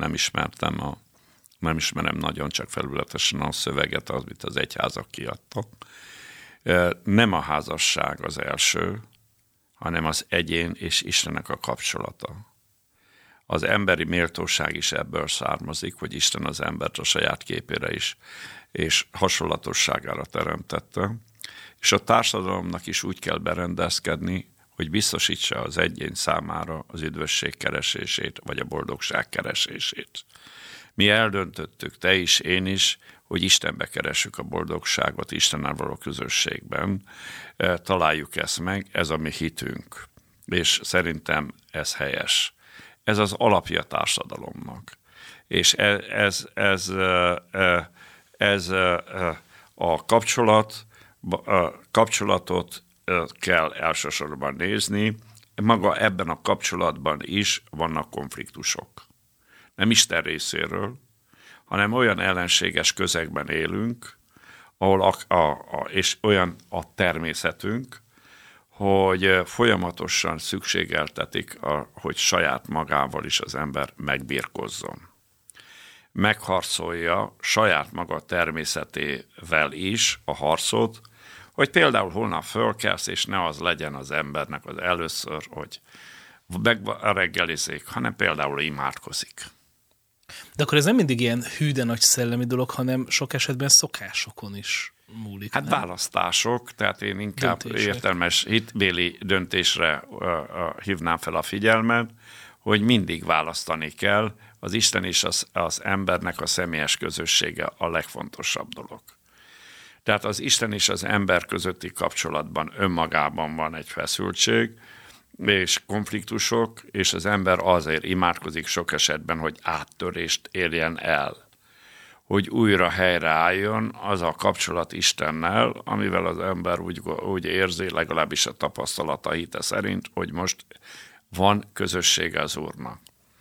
nem ismerem nagyon, csak felületesen a szöveget, amit az egyházak kiadtak. Nem a házasság az első, hanem az egyén és Istennek a kapcsolata. Az emberi méltóság is ebből származik, hogy Isten az embert a saját képére is és hasonlatosságára teremtette. És a társadalomnak is úgy kell berendezkedni, hogy biztosítsa az egyén számára az üdvösség keresését, vagy a boldogság keresését. Mi eldöntöttük, te is, én is, hogy Istenbe keressük a boldogságot, Istennel való közösségben. Találjuk ezt meg, ez a mi hitünk. És szerintem ez helyes. Ez az alapja a társadalomnak. És ez a kapcsolatot kell elsősorban nézni. Maga ebben a kapcsolatban is vannak konfliktusok. Nem Isten részéről, hanem olyan ellenséges közegben élünk, ahol és olyan a természetünk, hogy folyamatosan szükségeltetik, hogy saját magával is az ember megbirkozzon. Megharcolja saját maga természetével is a harcot, hogy például holnap fölkelsz, és ne az legyen az embernek az először, hogy megreggelizik, hanem például imádkozik. De akkor ez nem mindig ilyen hű, de nagy szellemi dolog, hanem sok esetben szokásokon is múlik. Hát nem? Választások, tehát én inkább értelmes hitbéli döntésre hívnám fel a figyelmet, hogy mindig választani kell, az Isten és az embernek a személyes közössége a legfontosabb dolog. Tehát az Isten és az ember közötti kapcsolatban önmagában van egy feszültség, és konfliktusok, és az ember azért imádkozik sok esetben, hogy áttörést érjen el. Hogy újra helyreálljon az a kapcsolat Istennel, amivel az ember úgy érzi, legalábbis a tapasztalata hite szerint, hogy most van közössége az Úrnak.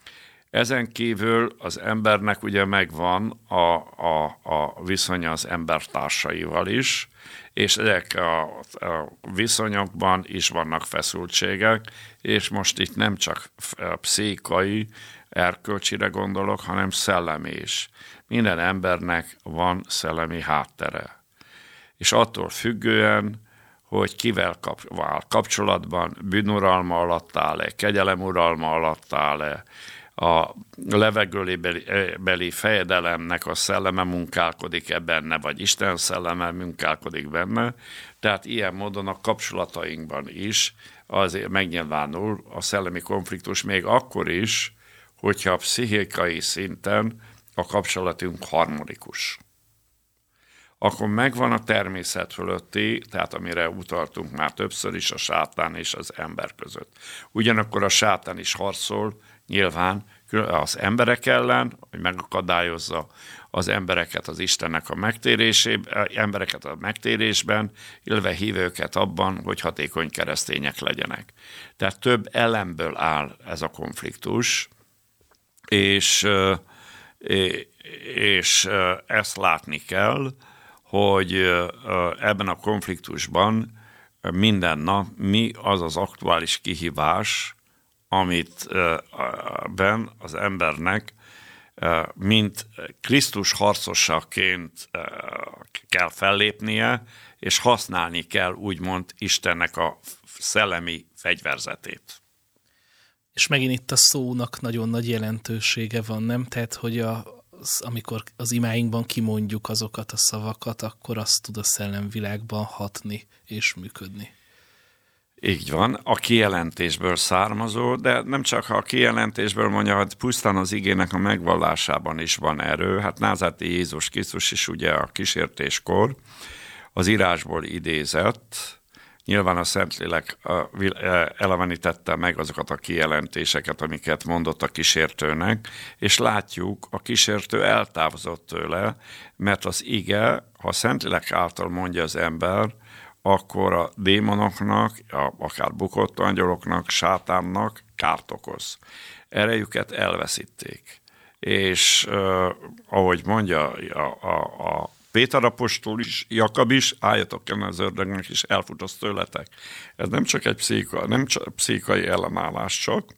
Ezen kívül az embernek ugye megvan a viszonya az embertársaival is, és ezek a viszonyokban is vannak feszültségek, és most itt nem csak pszichai, erkölcsire gondolok, hanem szellemi is. Minden embernek van szellemi háttere. És attól függően, hogy kivel áll kapcsolatban, bűnuralma alatt áll-e, kegyelem uralma alatt áll-e, a levegőbeli fejedelemnek a szelleme munkálkodik-e benne, vagy Isten szelleme munkálkodik benne. Tehát ilyen módon a kapcsolatainkban is azért megnyilvánul a szellemi konfliktus még akkor is, hogyha a pszichikai szinten a kapcsolatunk harmonikus. Akkor megvan a természet fölötti, tehát amire utaltunk már többször is, a sátán és az ember között. Ugyanakkor a sátán is harcol nyilván az emberek ellen, hogy megakadályozza az embereket az Istennek a embereket a megtérésben, illetve hívőket abban, hogy hatékony keresztények legyenek. Tehát több elemből áll ez a konfliktus, és ezt látni kell, hogy ebben a konfliktusban minden nap mi az az aktuális kihívás, amit az embernek, mint Krisztus harcosaként kell fellépnie, és használni kell úgymond Istennek a szellemi fegyverzetét. És megint itt a szónak nagyon nagy jelentősége van, nem? Tehát, hogy amikor az imáinkban kimondjuk azokat a szavakat, akkor azt tud a szellemvilágban hatni és működni. Így van, a kijelentésből származó, de nem csak a kijelentésből mondja, hogy pusztán az igének a megvallásában is van erő. Hát názáreti Jézus Krisztus is ugye a kísértéskor az írásból idézett, nyilván a Szentlélek elevenítette meg azokat a kijelentéseket, amiket mondott a kísértőnek, és látjuk, a kísértő eltávozott tőle, mert az ige, ha a Szentlélek által mondja az ember, akkor a démonoknak, akár bukott angyaloknak, sátánnak kárt okoz. Erejüket elveszíték. És ahogy mondja a Péter apostol is, Jakab is, álljatok ellen az ördögnek, és elfutott tőletek. Ez nem csak egy pszichai ellenállás csak,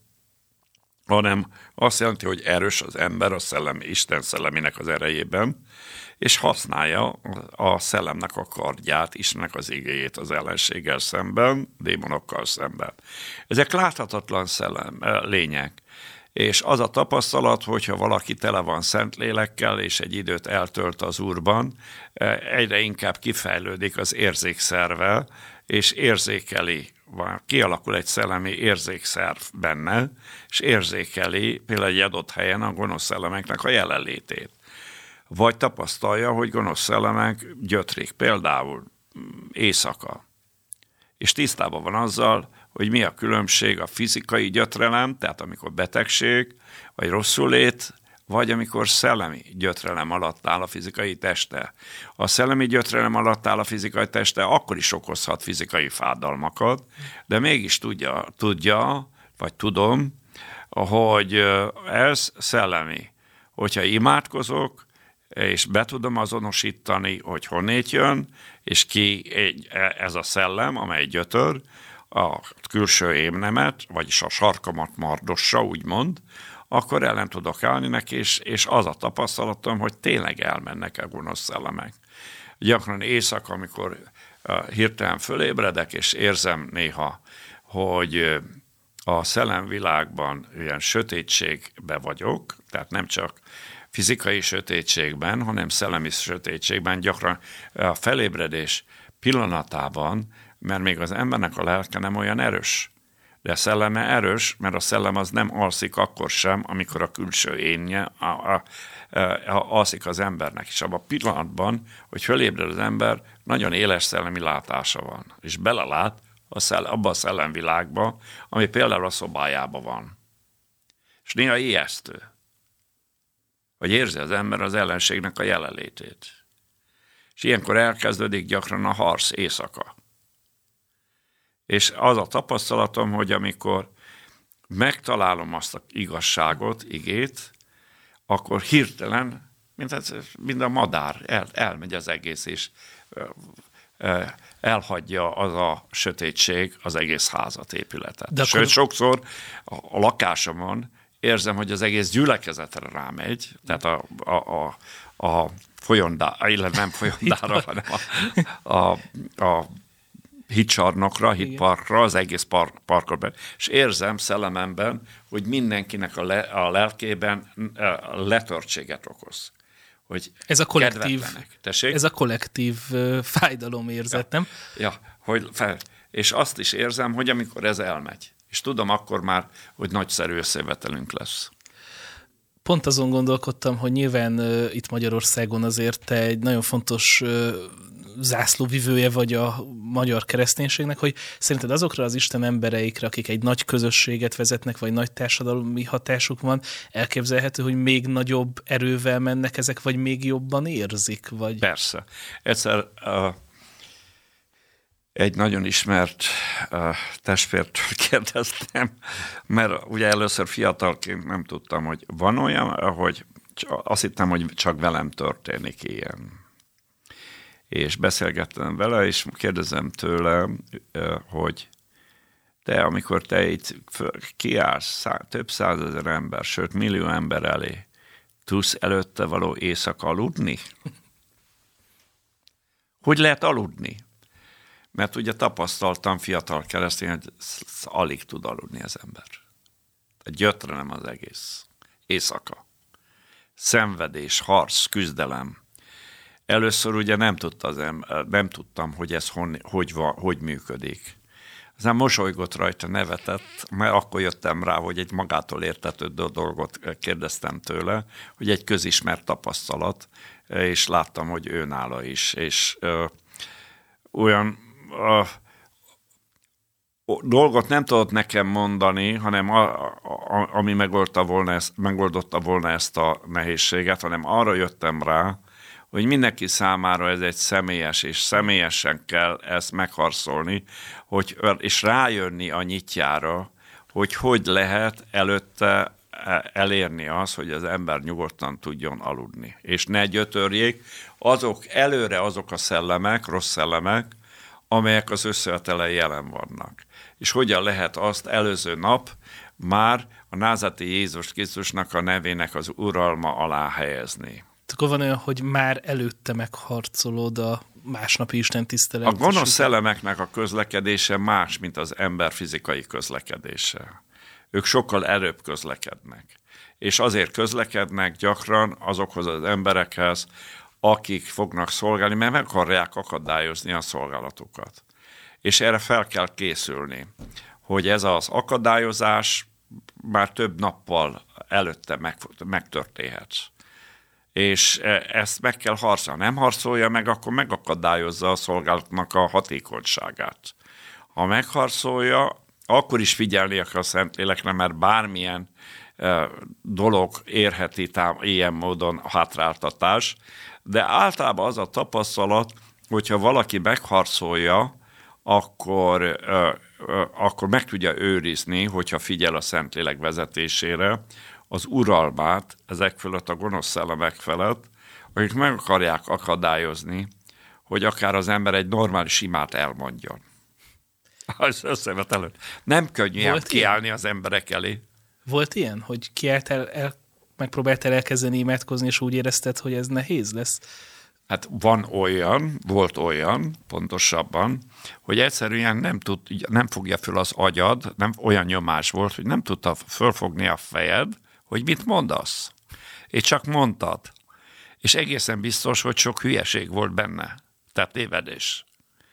hanem azt jelenti, hogy erős az ember a Isten szellemének az erejében, és használja a szellemnek a kardját, Istennek az igéjét az ellenséggel szemben, démonokkal szemben. Ezek láthatatlan lények. És az a tapasztalat, hogyha valaki tele van Szentlélekkel, és egy időt eltölt az Úrban, egyre inkább kifejlődik az érzékszerve, és érzékeli, kialakul egy szellemi érzékszerv benne, és érzékeli például egy adott helyen a gonosz szellemeknek a jelenlétét. Vagy tapasztalja, hogy gonosz szellemek gyötrik, például éjszaka. És tisztában van azzal, hogy mi a különbség a fizikai gyötrelem, tehát amikor betegség, vagy rosszulét, vagy amikor szellemi gyötrelem alatt áll a fizikai teste. A szellemi gyötrelem alatt áll a fizikai teste, akkor is okozhat fizikai fájdalmakat, de mégis tudja, vagy tudom, hogy ez szellemi. Hogyha imádkozok, és be tudom azonosítani, hogy honnét jön, és ez a szellem, amely gyötör, a külső émnemet, vagyis a sarkamat mardossa, úgymond, akkor ellen tudok állni neki, és az a tapasztalatom, hogy tényleg elmennek a gonosz szellemek. Gyakran éjszaka, amikor hirtelen fölébredek, és érzem néha, hogy a szellemvilágban ilyen sötétségbe vagyok, tehát nem csak fizikai sötétségben, hanem szellemi sötétségben, gyakran a felébredés pillanatában, mert még az embernek a lelke nem olyan erős. De a szelleme erős, mert a szellem az nem alszik akkor sem, amikor a külső énje alszik az embernek. És abban a pillanatban, hogy fölébred az ember, nagyon éles szellemi látása van. És belelát abba a szellemvilágba, ami például a szobájában van. És néha ijesztő, hogy érzi az ember az ellenségnek a jelenlétét. És ilyenkor elkezdődik gyakran a harc éjszaka. És az a tapasztalatom, hogy amikor megtalálom azt a igazságot, igét, akkor hirtelen, mint a madár, elmegy az egész, és elhagyja az a sötétség az egész házat, épületet. De sőt, sokszor a lakásomon érzem, hogy az egész gyülekezetre rámegy, tehát a folyondá, illetve nem folyondára, hanem a hitcsarnokra, hitparkra, az egész parkot, és érzem szellememben, hogy mindenkinek a lelkében letörtséget okoz. Hogy ez a kollektív fájdalomérzet, nem? Ja, és azt is érzem, hogy amikor ez elmegy, és tudom akkor már, hogy nagyszerű összevetelünk lesz. Pont azon gondolkodtam, hogy nyilván itt Magyarországon azért te egy nagyon fontos zászlóvivője vagy a magyar kereszténységnek, hogy szerinted azokra az Isten embereikre, akik egy nagy közösséget vezetnek, vagy nagy társadalmi hatásuk van, elképzelhető, hogy még nagyobb erővel mennek ezek, vagy még jobban érzik? Vagy... Persze. Egyszer egy nagyon ismert testvértől kérdeztem, mert ugye először fiatalként nem tudtam, hogy van olyan, hogy azt hittem, hogy csak velem történik ilyen. És beszélgettem vele, és kérdezem tőle, hogy te, amikor te itt kiállsz több százezer ember, sőt millió ember elé, tudsz előtte való éjszaka aludni? Hogy lehet aludni? Mert ugye tapasztaltam fiatal keresztény, hogy alig tud aludni az ember. Gyötre nem az egész. Éjszaka. Szenvedés, harc, küzdelem. Először ugye nem tudtam, hogy ez hogy működik. Aztán mosolygott rajta, nevetett, mert akkor jöttem rá, hogy egy magától értetődő dolgot kérdeztem tőle, hogy egy közismert tapasztalat, és láttam, hogy ő nála is. És olyan dolgot nem tudott nekem mondani, hanem ami megoldotta volna ezt a nehézséget, hanem arra jöttem rá, hogy mindenki számára ez egy személyes, és személyesen kell ezt megharcolni, és rájönni a nyitjára, hogy lehet előtte elérni az, hogy az ember nyugodtan tudjon aludni. És ne gyötörjék azok a szellemek, rossz szellemek, amelyek az összevetelen jelen vannak. És hogyan lehet azt előző nap már a názáreti Jézus Krisztusnak a nevének az uralma alá helyezni. Akkor van olyan, hogy már előtte megharcolod a másnapi istentisztelet. A gonosz szellemeknek a közlekedése más, mint az ember fizikai közlekedése. Ők sokkal előbb közlekednek. És azért közlekednek gyakran azokhoz az emberekhez, akik fognak szolgálni, mert meg akarják akadályozni a szolgálatukat. És erre fel kell készülni, hogy ez az akadályozás már több nappal előtte megtörténhet. És ezt meg kell harcolni. Nem harcolja meg, akkor megakadályozza a szolgálatnak a hatékonyságát. Ha megharcolja, akkor is figyelnie kell a Szentlélekre, mert bármilyen dolog érheti ilyen módon hátráltatás, de általában az a tapasztalat, hogyha valaki megharcolja, akkor meg tudja őrizni, hogyha figyel a Szentlélek vezetésére, az uralmát ezek fölött, a gonosz szellemek felett, akik meg akarják akadályozni, hogy akár az ember egy normális imát elmondjon. Az összevetelő. Nem könnyű kiállni az emberek elé. Volt ilyen, hogy megpróbáltál elkezdeni imádkozni, és úgy érezted, hogy ez nehéz lesz? Hát volt olyan, pontosabban, hogy egyszerűen nem fogja föl az agyad, nem olyan nyomás volt, hogy nem tudta fölfogni a fejed, hogy mit mondasz. És csak mondtad. És egészen biztos, hogy sok hülyeség volt benne. Tehát tévedés.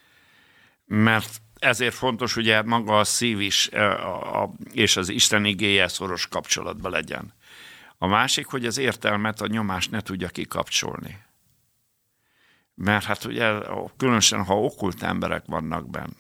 Mert ezért fontos, ugye maga a szív is és az Isten igéje szoros kapcsolatban legyen. A másik, hogy az értelmet, a nyomást ne tudja kikapcsolni. Mert hát ugye különösen, ha okkult emberek vannak benne,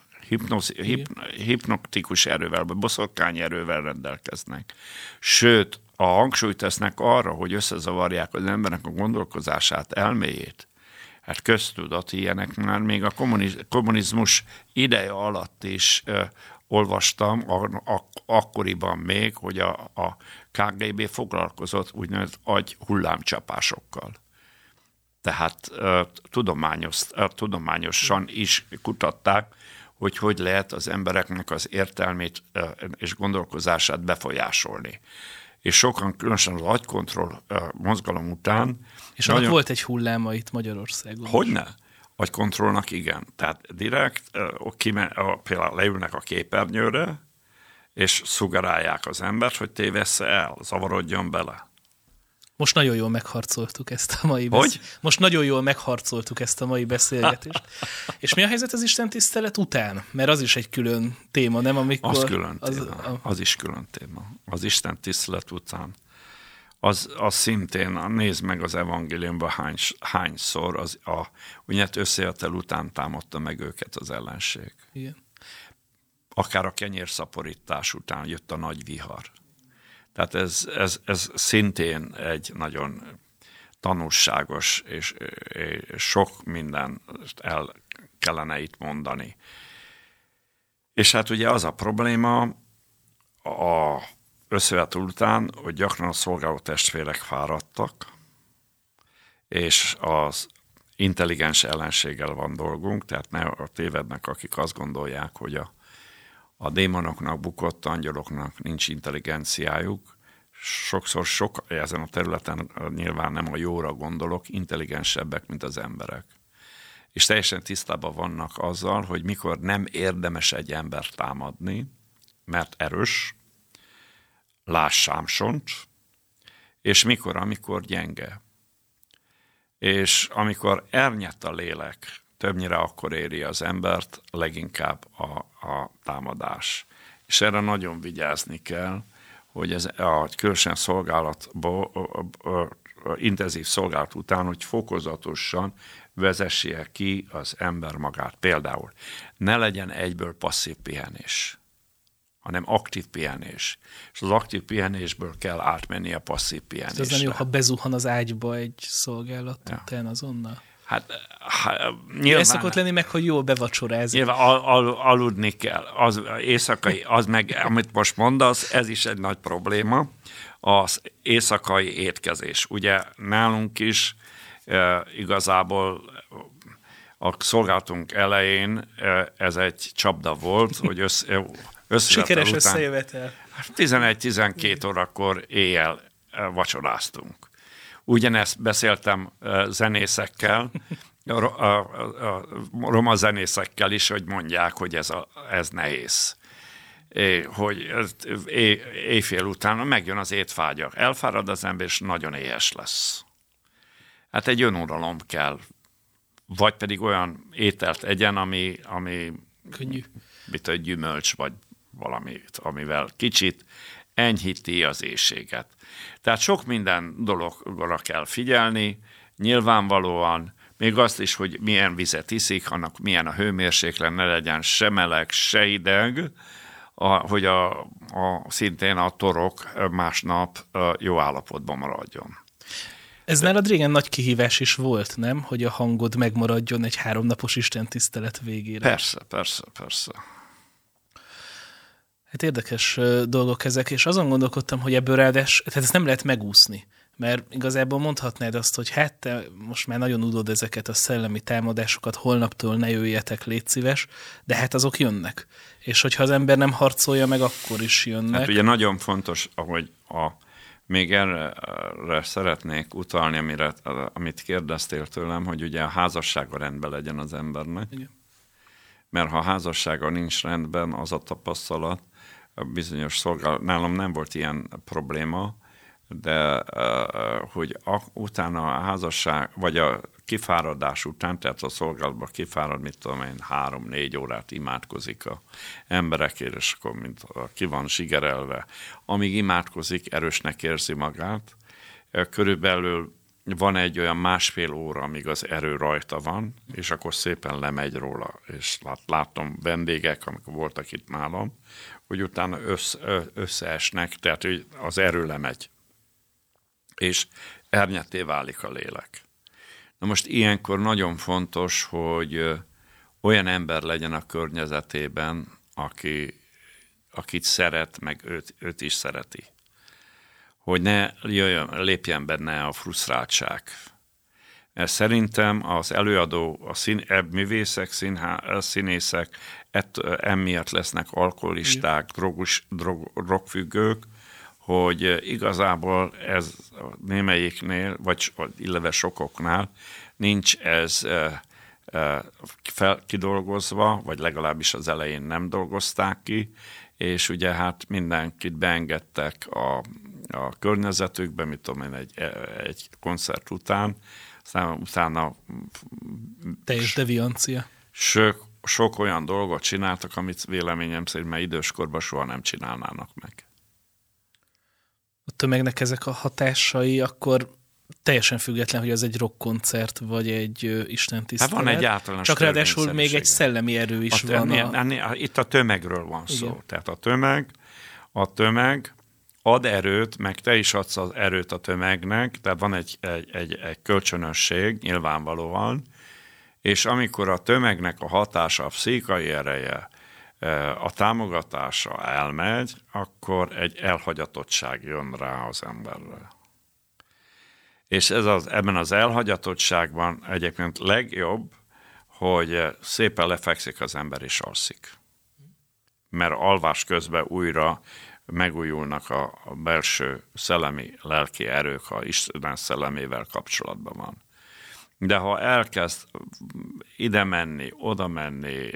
hipnotikus erővel, vagy boszorkány erővel rendelkeznek. Sőt, a hangsúlyt tesznek arra, hogy összezavarják az embernek a gondolkozását, elméjét. Hát köztudat ilyenek már még a kommunizmus ideje alatt is olvastam akkoriban még, hogy a KGB foglalkozott úgynevezett agy hullámcsapásokkal. Tehát tudományosan is kutatták, hogy lehet az embereknek az értelmét és gondolkozását befolyásolni. És sokan, különösen az agykontroll mozgalom után... És annak volt egy hulláma itt Magyarországon. Hogyne? Agykontrollnak igen. Tehát direkt például leülnek a képernyőre, és szugerálják az embert, hogy tévessze el, zavarodjon bele. Most nagyon jól megharcoltuk ezt a mai Most nagyon jól megharcoltuk ezt a mai beszélgetést. És mi a helyzet az istentisztelet után? Mert az is egy külön téma, nem? Amikor az külön téma. Az is külön téma. Az istentisztelet után. Az szintén, nézd meg az evangéliumban hányszor úgynevezett összejövetel után támadta meg őket az ellenség. Igen. Akár a kenyérszaporítás után jött a nagy vihar. Tehát ez szintén egy nagyon tanulságos, és sok minden el kellene itt mondani. És hát ugye az a probléma a összejövetel után, hogy gyakran a szolgáló testvérek fáradtak, és az intelligens ellenséggel van dolgunk, tehát ne tévednek, akik azt gondolják, hogy a démonoknak, bukott angyaloknak nincs intelligenciájuk. Sokszor ezen a területen nyilván nem a jóra gondolok, intelligensebbek, mint az emberek. És teljesen tisztában vannak azzal, hogy mikor nem érdemes egy embert támadni, mert erős, lásd Sámsont, és amikor gyenge. És amikor ernyett a lélek, többnyire akkor éri az embert, leginkább a támadás. És erre nagyon vigyázni kell, hogy ez a különösen intenzív szolgálat után, hogy fokozatosan vezessie ki az ember magát. Például ne legyen egyből passzív pihenés, hanem aktív pihenés. És az aktív pihenésből kell átmenni a passzív pihenésre. Ez nem jó, ha bezuhan az ágyba egy szolgálat után azonnal? Hát nyilván... Ez szokott lenni meg, hogy jól bevacsorázni. Nyilván aludni kell. Az éjszakai, az meg, amit most mondasz, ez is egy nagy probléma, az éjszakai étkezés. Ugye nálunk is igazából a szolgálatunk elején ez egy csapda volt, hogy sikeres összejövetel. 11-12 órakor éjjel vacsoráztunk. Ugyanezt beszéltem zenészekkel, roma zenészekkel is, hogy mondják, hogy ez nehéz. Hogy éjfél után megjön az étvágya. Elfárad az ember, és nagyon éhes lesz. Hát egy önuralom kell. Vagy pedig olyan ételt egyen, ami könnyű. Mint egy gyümölcs, vagy valamit, amivel kicsit enyhíti az éhséget. Tehát sok minden dologra kell figyelni, nyilvánvalóan, még azt is, hogy milyen vizet iszik, annak milyen a hőmérséklet, ne legyen se meleg, se hideg, hogy szintén a torok másnap jó állapotban maradjon. Ez nálad régen nagy kihívás is volt, nem? Hogy a hangod megmaradjon egy 3 napos istentisztelet végére. Persze. Hát érdekes dolgok ezek, és azon gondolkodtam, hogy ebből tehát ezt nem lehet megúszni. Mert igazából mondhatnád azt, hogy hát te most már nagyon udod ezeket a szellemi támadásokat, holnaptól ne jöjjetek, légy szíves, de hát azok jönnek. És hogyha az ember nem harcolja meg, akkor is jönnek. Hát ugye nagyon fontos, ahogy még erre szeretnék utalni, amit kérdeztél tőlem, hogy ugye a házassága rendben legyen az embernek. Igen. Mert ha a házassága nincs rendben, az a tapasztalat, a bizonyos szolgálat, nálam nem volt ilyen probléma, de hogy utána a házasság, vagy a kifáradás után, tehát a szolgálatban kifárad, 3-4 órát imádkozik a emberekért, és akkor ki van zsigerelve. Amíg imádkozik, erősnek érzi magát. Körülbelül van egy olyan 1,5 óra, amíg az erő rajta van, és akkor szépen lemegy róla. És látom vendégek, amikor voltak itt nálam, hogy utána összeesnek, tehát hogy az erő lemegy. És ernyetté válik a lélek. Na most ilyenkor nagyon fontos, hogy olyan ember legyen a környezetében, aki akit szeret, meg őt is szereti. Hogy ne lépjen benne a frusztráltság. Mert szerintem az előadó, művészek, színészek emiatt lesznek alkoholisták, drogfüggők, hogy igazából ez némelyiknél, vagy illetve sokoknál nincs ez kidolgozva, vagy legalábbis az elején nem dolgozták ki, és ugye hát mindenkit beengedtek a környezetükbe, mit tudom én, egy koncert után, utána teljes deviancia. Sok olyan dolgot csináltak, amit véleményem szerint már időskorban soha nem csinálnának meg. A tömegnek ezek a hatásai akkor teljesen független, hogy ez egy rockkoncert, vagy egy istentisztelet. Hát van egy általános csak ráadásul még egy szellemi erő is van. Itt a tömegről van szó. Igen. Tehát a tömeg ad erőt, meg te is adsz az erőt a tömegnek, tehát van egy kölcsönösség nyilvánvalóan, és amikor a tömegnek a hatása, a pszichai ereje, a támogatása elmegy, akkor egy elhagyatottság jön rá az emberre. És ebben az elhagyatottságban egyébként legjobb, hogy szépen lefekszik az ember és alszik. Mert alvás közben újra megújulnak a belső szellemi, lelki erők, ha Isten szellemével kapcsolatban van. De ha elkezd ide menni, oda menni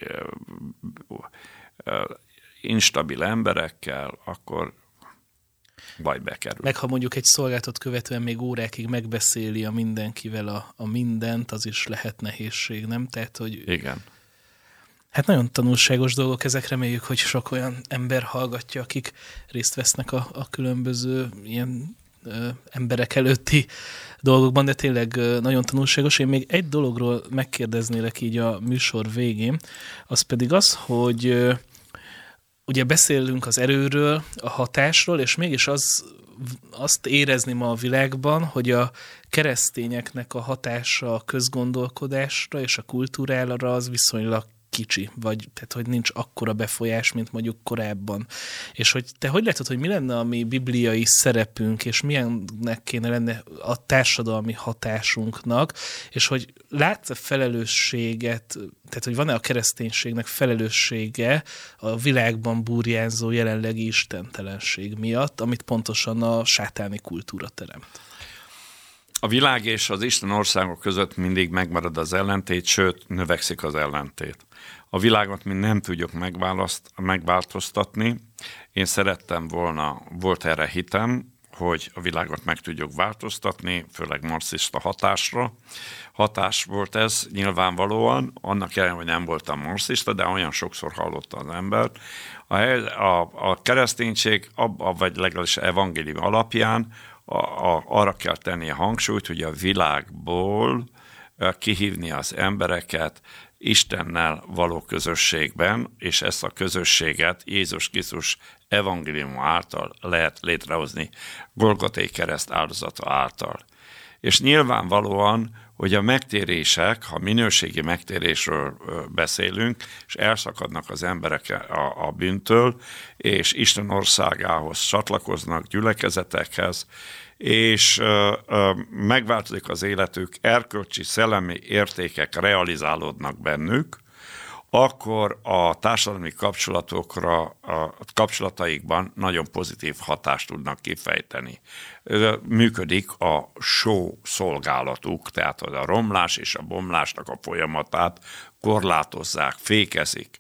instabil emberekkel, akkor bajba kerül. Meg ha mondjuk egy szolgáltat követően még órákig megbeszéli a mindenkivel a mindent, az is lehet nehézség, nem? Tehát, hogy... Igen. Hát nagyon tanulságos dolgok ezek, reméljük, hogy sok olyan ember hallgatja, akik részt vesznek a különböző ilyen emberek előtti dolgokban, de tényleg nagyon tanulságos. Én még egy dologról megkérdeznélek így a műsor végén, az pedig az, hogy ugye beszélünk az erőről, a hatásról, és mégis azt érezni ma a világban, hogy a keresztényeknek a hatása a közgondolkodásra és a kultúrára az viszonylag kicsi, vagy tehát, hogy nincs akkora befolyás, mint mondjuk korábban. És hogy te hogy látod, hogy mi lenne a mi bibliai szerepünk, és milyennek kéne lenne a társadalmi hatásunknak, és hogy látsz-e felelősséget, tehát, hogy van-e a kereszténységnek felelőssége a világban burjánzó jelenlegi istentelenség miatt, amit pontosan a sátáni kultúra teremt? A világ és az Isten országok között mindig megmarad az ellentét, sőt, növekszik az ellentét. A világot mi nem tudjuk megváltoztatni. Én szerettem volna, volt erre hitem, hogy a világot meg tudjuk változtatni, főleg marxista hatás volt ez nyilvánvalóan, annak ellenére, hogy nem voltam marxista, de olyan sokszor hallotta az ember. A kereszténység, vagy legalábbis evangélium alapján arra kell tenni a hangsúlyt, hogy a világból kihívni az embereket Istennel való közösségben, és ezt a közösséget Jézus Krisztus evangélium által lehet létrehozni, Golgotai kereszt áldozata által. És nyilvánvalóan, hogy a megtérések, ha minőségi megtérésről beszélünk, és elszakadnak az emberek a bűntől, és Isten országához csatlakoznak, gyülekezetekhez, és megváltozik az életük, erkölcsi, szellemi értékek realizálódnak bennük, akkor a társadalmi kapcsolataikban nagyon pozitív hatást tudnak kifejteni. Működik a show szolgálatuk, tehát a romlás és a bomlásnak a folyamatát korlátozzák, fékezik.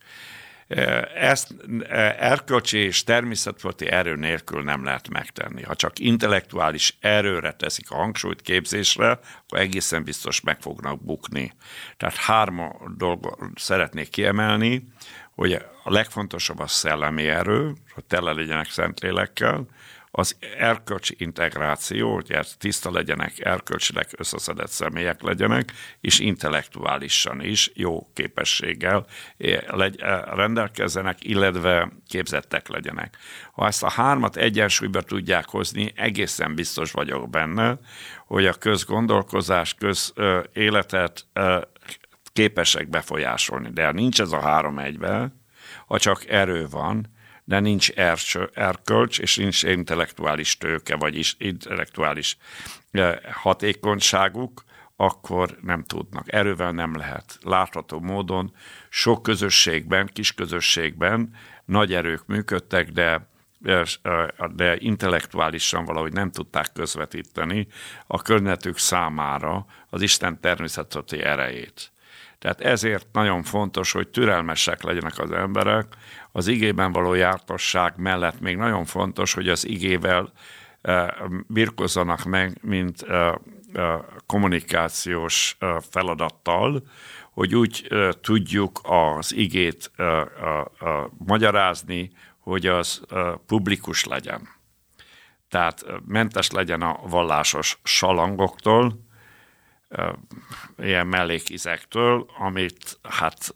Ezt erkölcsi és természetföldi erő nélkül nem lehet megtenni. Ha csak intellektuális erőre teszik a hangsúlyt képzésre, akkor egészen biztos meg fognak bukni. Tehát 3 dolgot szeretnék kiemelni, hogy a legfontosabb a szellemi erő, hogy tele legyenek Szentlélekkel, az erkölcsi integráció, hogy tiszta legyenek, erkölcsileg összeszedett személyek legyenek, és intellektuálisan is jó képességgel rendelkezzenek, illetve képzettek legyenek. Ha ezt a 3 egyensúlyba tudják hozni, egészen biztos vagyok benne, hogy a közgondolkozás, közéletet képesek befolyásolni. De nincs ez a 3 egyben, ha csak erő van, de nincs erkölcs, és nincs intellektuális tőke, vagy intellektuális hatékonyságuk, akkor nem tudnak. Erővel nem lehet. Látható módon sok közösségben, kis közösségben nagy erők működtek, de intellektuálisan valahogy nem tudták közvetíteni a környezetük számára az Isten természeti erejét. Tehát ezért nagyon fontos, hogy türelmesek legyenek az emberek. Az igében való jártasság mellett még nagyon fontos, hogy az igével birkozzanak meg, mint kommunikációs feladattal, hogy úgy tudjuk az igét magyarázni, hogy az publikus legyen. Tehát mentes legyen a vallásos salangoktól, ilyen mellékizektől, amit hát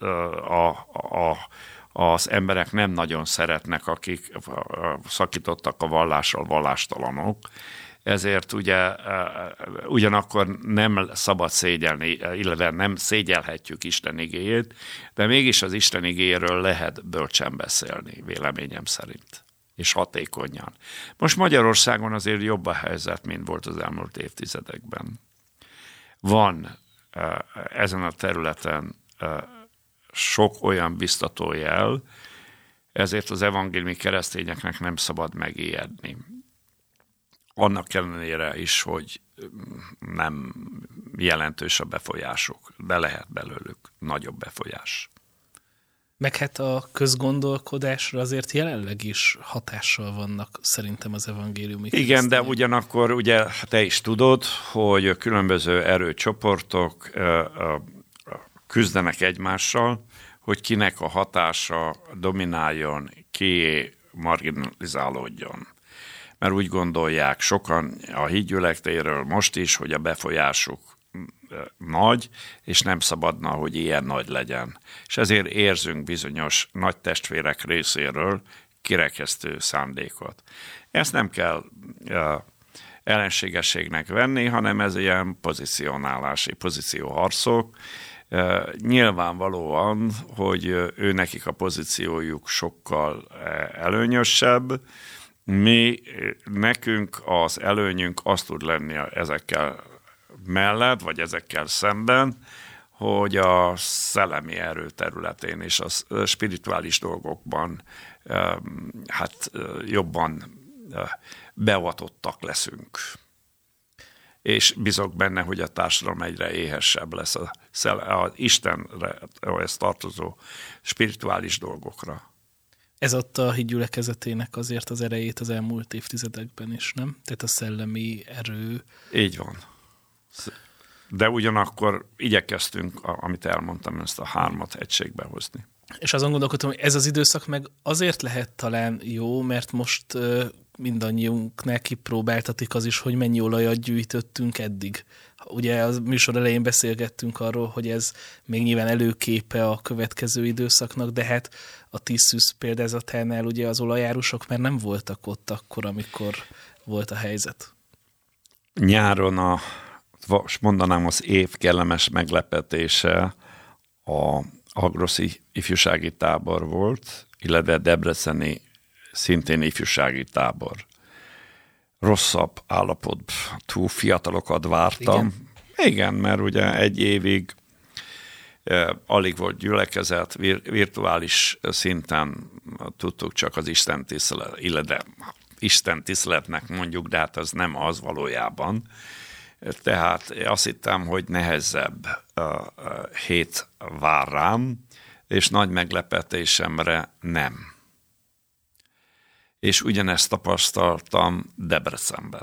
az emberek nem nagyon szeretnek, akik szakítottak a vallással, vallástalanok. Ezért ugye ugyanakkor nem szabad szégyelni, illetve nem szégyelhetjük Isten igéjét, de mégis az Isten igéjéről lehet bölcsen beszélni, véleményem szerint, és hatékonyan. Most Magyarországon azért jobb a helyzet, mint volt az elmúlt évtizedekben. Van ezen a területen sok olyan biztató jel, ezért az evangéliumi keresztényeknek nem szabad megijedni. Annak ellenére is, hogy nem jelentős a befolyásuk, de lehet belőlük nagyobb befolyás. Meg hát a közgondolkodásra azért jelenleg is hatással vannak szerintem az evangéliumi keresztények. Igen, de ugyanakkor ugye te is tudod, hogy különböző erőcsoportok küzdenek egymással, hogy kinek a hatása domináljon, ki marginalizálódjon. Mert úgy gondolják sokan a hídgyülekezetéről most is, hogy a befolyásuk nagy, és nem szabadna, hogy ilyen nagy legyen. És ezért érzünk bizonyos nagy testvérek részéről kirekesztő szándékot. Ezt nem kell ellenségességnek venni, hanem ez ilyen pozícionálási, pozícióharcok. Nyilvánvalóan, hogy nekik a pozíciójuk sokkal előnyösebb, nekünk az előnyünk az tud lenni ezekkel mellett, vagy ezekkel szemben, hogy a szellemi erő területén és a spirituális dolgokban hát jobban beavatottak leszünk. És bízok benne, hogy a társadalom egyre éhesebb lesz az Istenre tartozó spirituális dolgokra. Ez adta a hídgyülekezetének azért az erejét az elmúlt évtizedekben is, nem? Tehát a szellemi erő. Így van. De ugyanakkor igyekeztünk, amit elmondtam, ezt a 3 egységbe hozni. És azon gondolkodtam, hogy ez az időszak meg azért lehet talán jó, mert most mindannyiunknak kipróbáltatik az is, hogy mennyi olajat gyűjtöttünk eddig. Ugye a műsor elején beszélgettünk arról, hogy ez még nyilván előképe a következő időszaknak, de hát a 10 szűz példázatánál ugye az olajárusok már nem voltak ott akkor, amikor volt a helyzet. Nyáron mondanám az év kellemes meglepetése a agroszi ifjúsági tábor volt, illetve debreceni szintén ifjúsági tábor. Rosszabb állapotú fiatalokat vártam. Igen, mert ugye egy évig alig volt gyülekezet, virtuális szinten tudtuk csak az Isten tisztelet, illetve Isten tiszteletnek mondjuk, de hát az nem az valójában. Tehát azt hittem, hogy nehezebb hét vár rám, és nagy meglepetésemre nem. És ugyanezt tapasztaltam Debrecenben.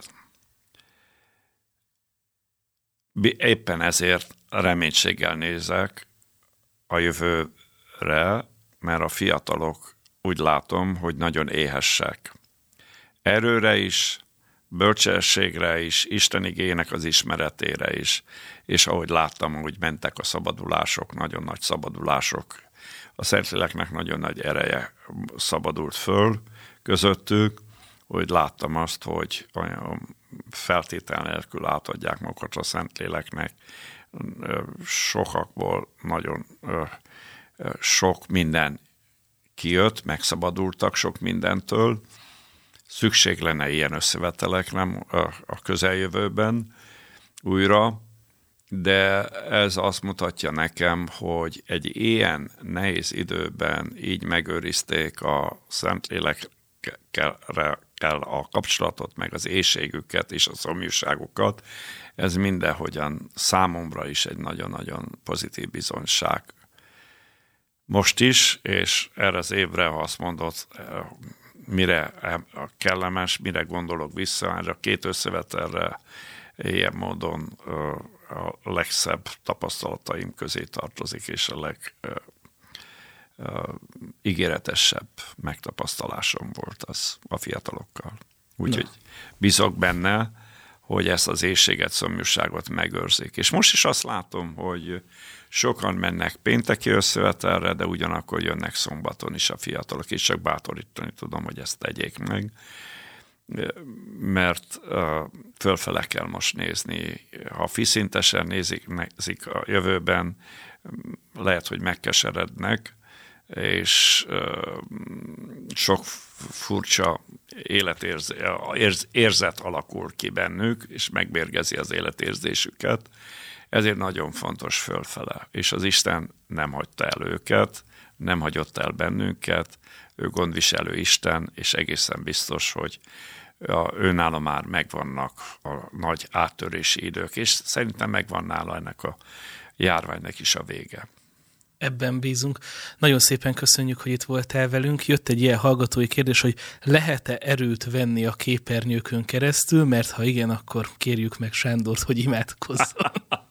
Éppen ezért reménységgel nézek a jövőre, mert a fiatalok úgy látom, hogy nagyon éhesek. Erőre is, bölcsességre is, Isten igének az ismeretére is, és ahogy láttam, hogy mentek a szabadulások, nagyon nagy szabadulások, a Szentléleknek nagyon nagy ereje szabadult föl közöttük, hogy láttam azt, hogy olyan feltétel nélkül átadják magukat a Szentléleknek, sokakból nagyon sok minden kijött, megszabadultak sok mindentől. Szükség lenne ilyen összevetelekre a közeljövőben újra, de ez azt mutatja nekem, hogy egy ilyen nehéz időben így megőrizték a Szentlélekkel a kapcsolatot, meg az éhségüket és a szomjúságukat. Ez mindenhogyan számomra is egy nagyon-nagyon pozitív bizonyság. Most is, és erre az évre, ha azt mondod, mire kellemes, mire gondolok vissza, erre a két összevetelre ilyen módon a legszebb tapasztalataim közé tartozik, és a legígéretesebb megtapasztalásom volt az a fiatalokkal. Úgyhogy bízok benne, hogy ezt az éhséget, szomjúságot megőrzik. És most is azt látom, hogy sokan mennek pénteki összevetelre, de ugyanakkor jönnek szombaton is a fiatalok, és csak bátorítani tudom, hogy ezt tegyék meg, mert fölfele kell most nézni. Ha fiszintesen nézik a jövőben, lehet, hogy megkeserednek, és sok furcsa érzet alakul ki bennük, és megmérgezi az életérzésüket. Ezért nagyon fontos fölfele. És az Isten nem hagyta el őket, nem hagyott el bennünket, ő gondviselő Isten, és egészen biztos, hogy őnála már megvannak a nagy áttörési idők, és szerintem megvan nála ennek a járványnak is a vége. Ebben bízunk. Nagyon szépen köszönjük, hogy itt voltál velünk. Jött egy ilyen hallgatói kérdés, hogy lehet-e erőt venni a képernyőkön keresztül, mert ha igen, akkor kérjük meg Sándort, hogy imádkozzon.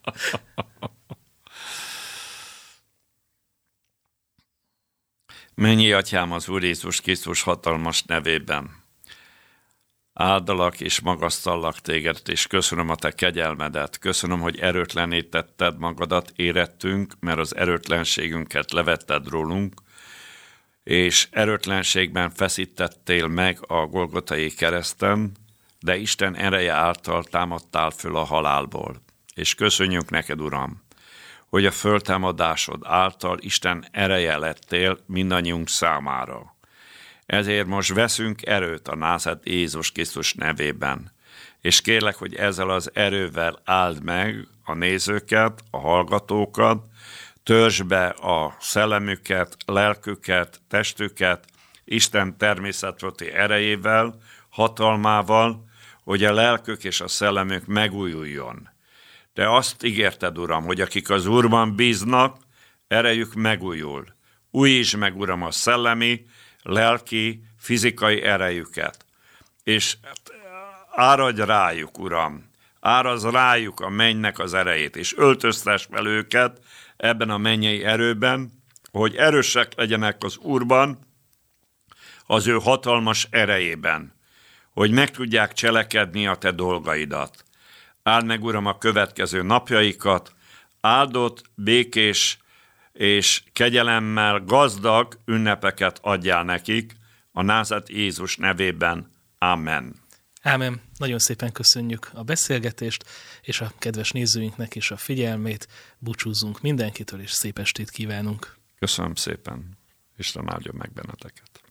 Mennyi Atyám az Úr Jézus Krisztus hatalmas nevében. Áldalak és magasztallak téged, és köszönöm a te kegyelmedet. Köszönöm, hogy erőtlenítetted magadat, érettünk, mert az erőtlenségünket levetted rólunk, és erőtlenségben feszítettél meg a Golgotai kereszten, de Isten ereje által támadtál föl a halálból. És köszönjük neked, Uram, hogy a föltámadásod által Isten ereje lettél mindannyiunk számára. Ezért most veszünk erőt a názáreti Jézus Krisztus nevében, és kérlek, hogy ezzel az erővel áld meg a nézőket, a hallgatókat, törzsd be a szellemüket, lelküket, testüket, Isten természetfölti erejével, hatalmával, hogy a lelkük és a szellemük megújuljon. De azt ígérted, Uram, hogy akik az Úrban bíznak, erejük megújul. Újítsd meg, Uram, a szellemi, lelki, fizikai erejüket. És áradj rájuk, Uram, árazd rájuk a mennynek az erejét, és öltöztess fel őket ebben a mennyei erőben, hogy erősek legyenek az Úrban, az ő hatalmas erejében, hogy meg tudják cselekedni a te dolgaidat. Áld meg, Uram, a következő napjaikat, áldott, békés és kegyelemmel gazdag ünnepeket adjál nekik, a názáreti Jézus nevében. Amen. Ámen. Nagyon szépen köszönjük a beszélgetést, és a kedves nézőinknek is a figyelmét. Búcsúzzunk mindenkitől, és szép estét kívánunk. Köszönöm szépen. Isten áldjon meg benneteket.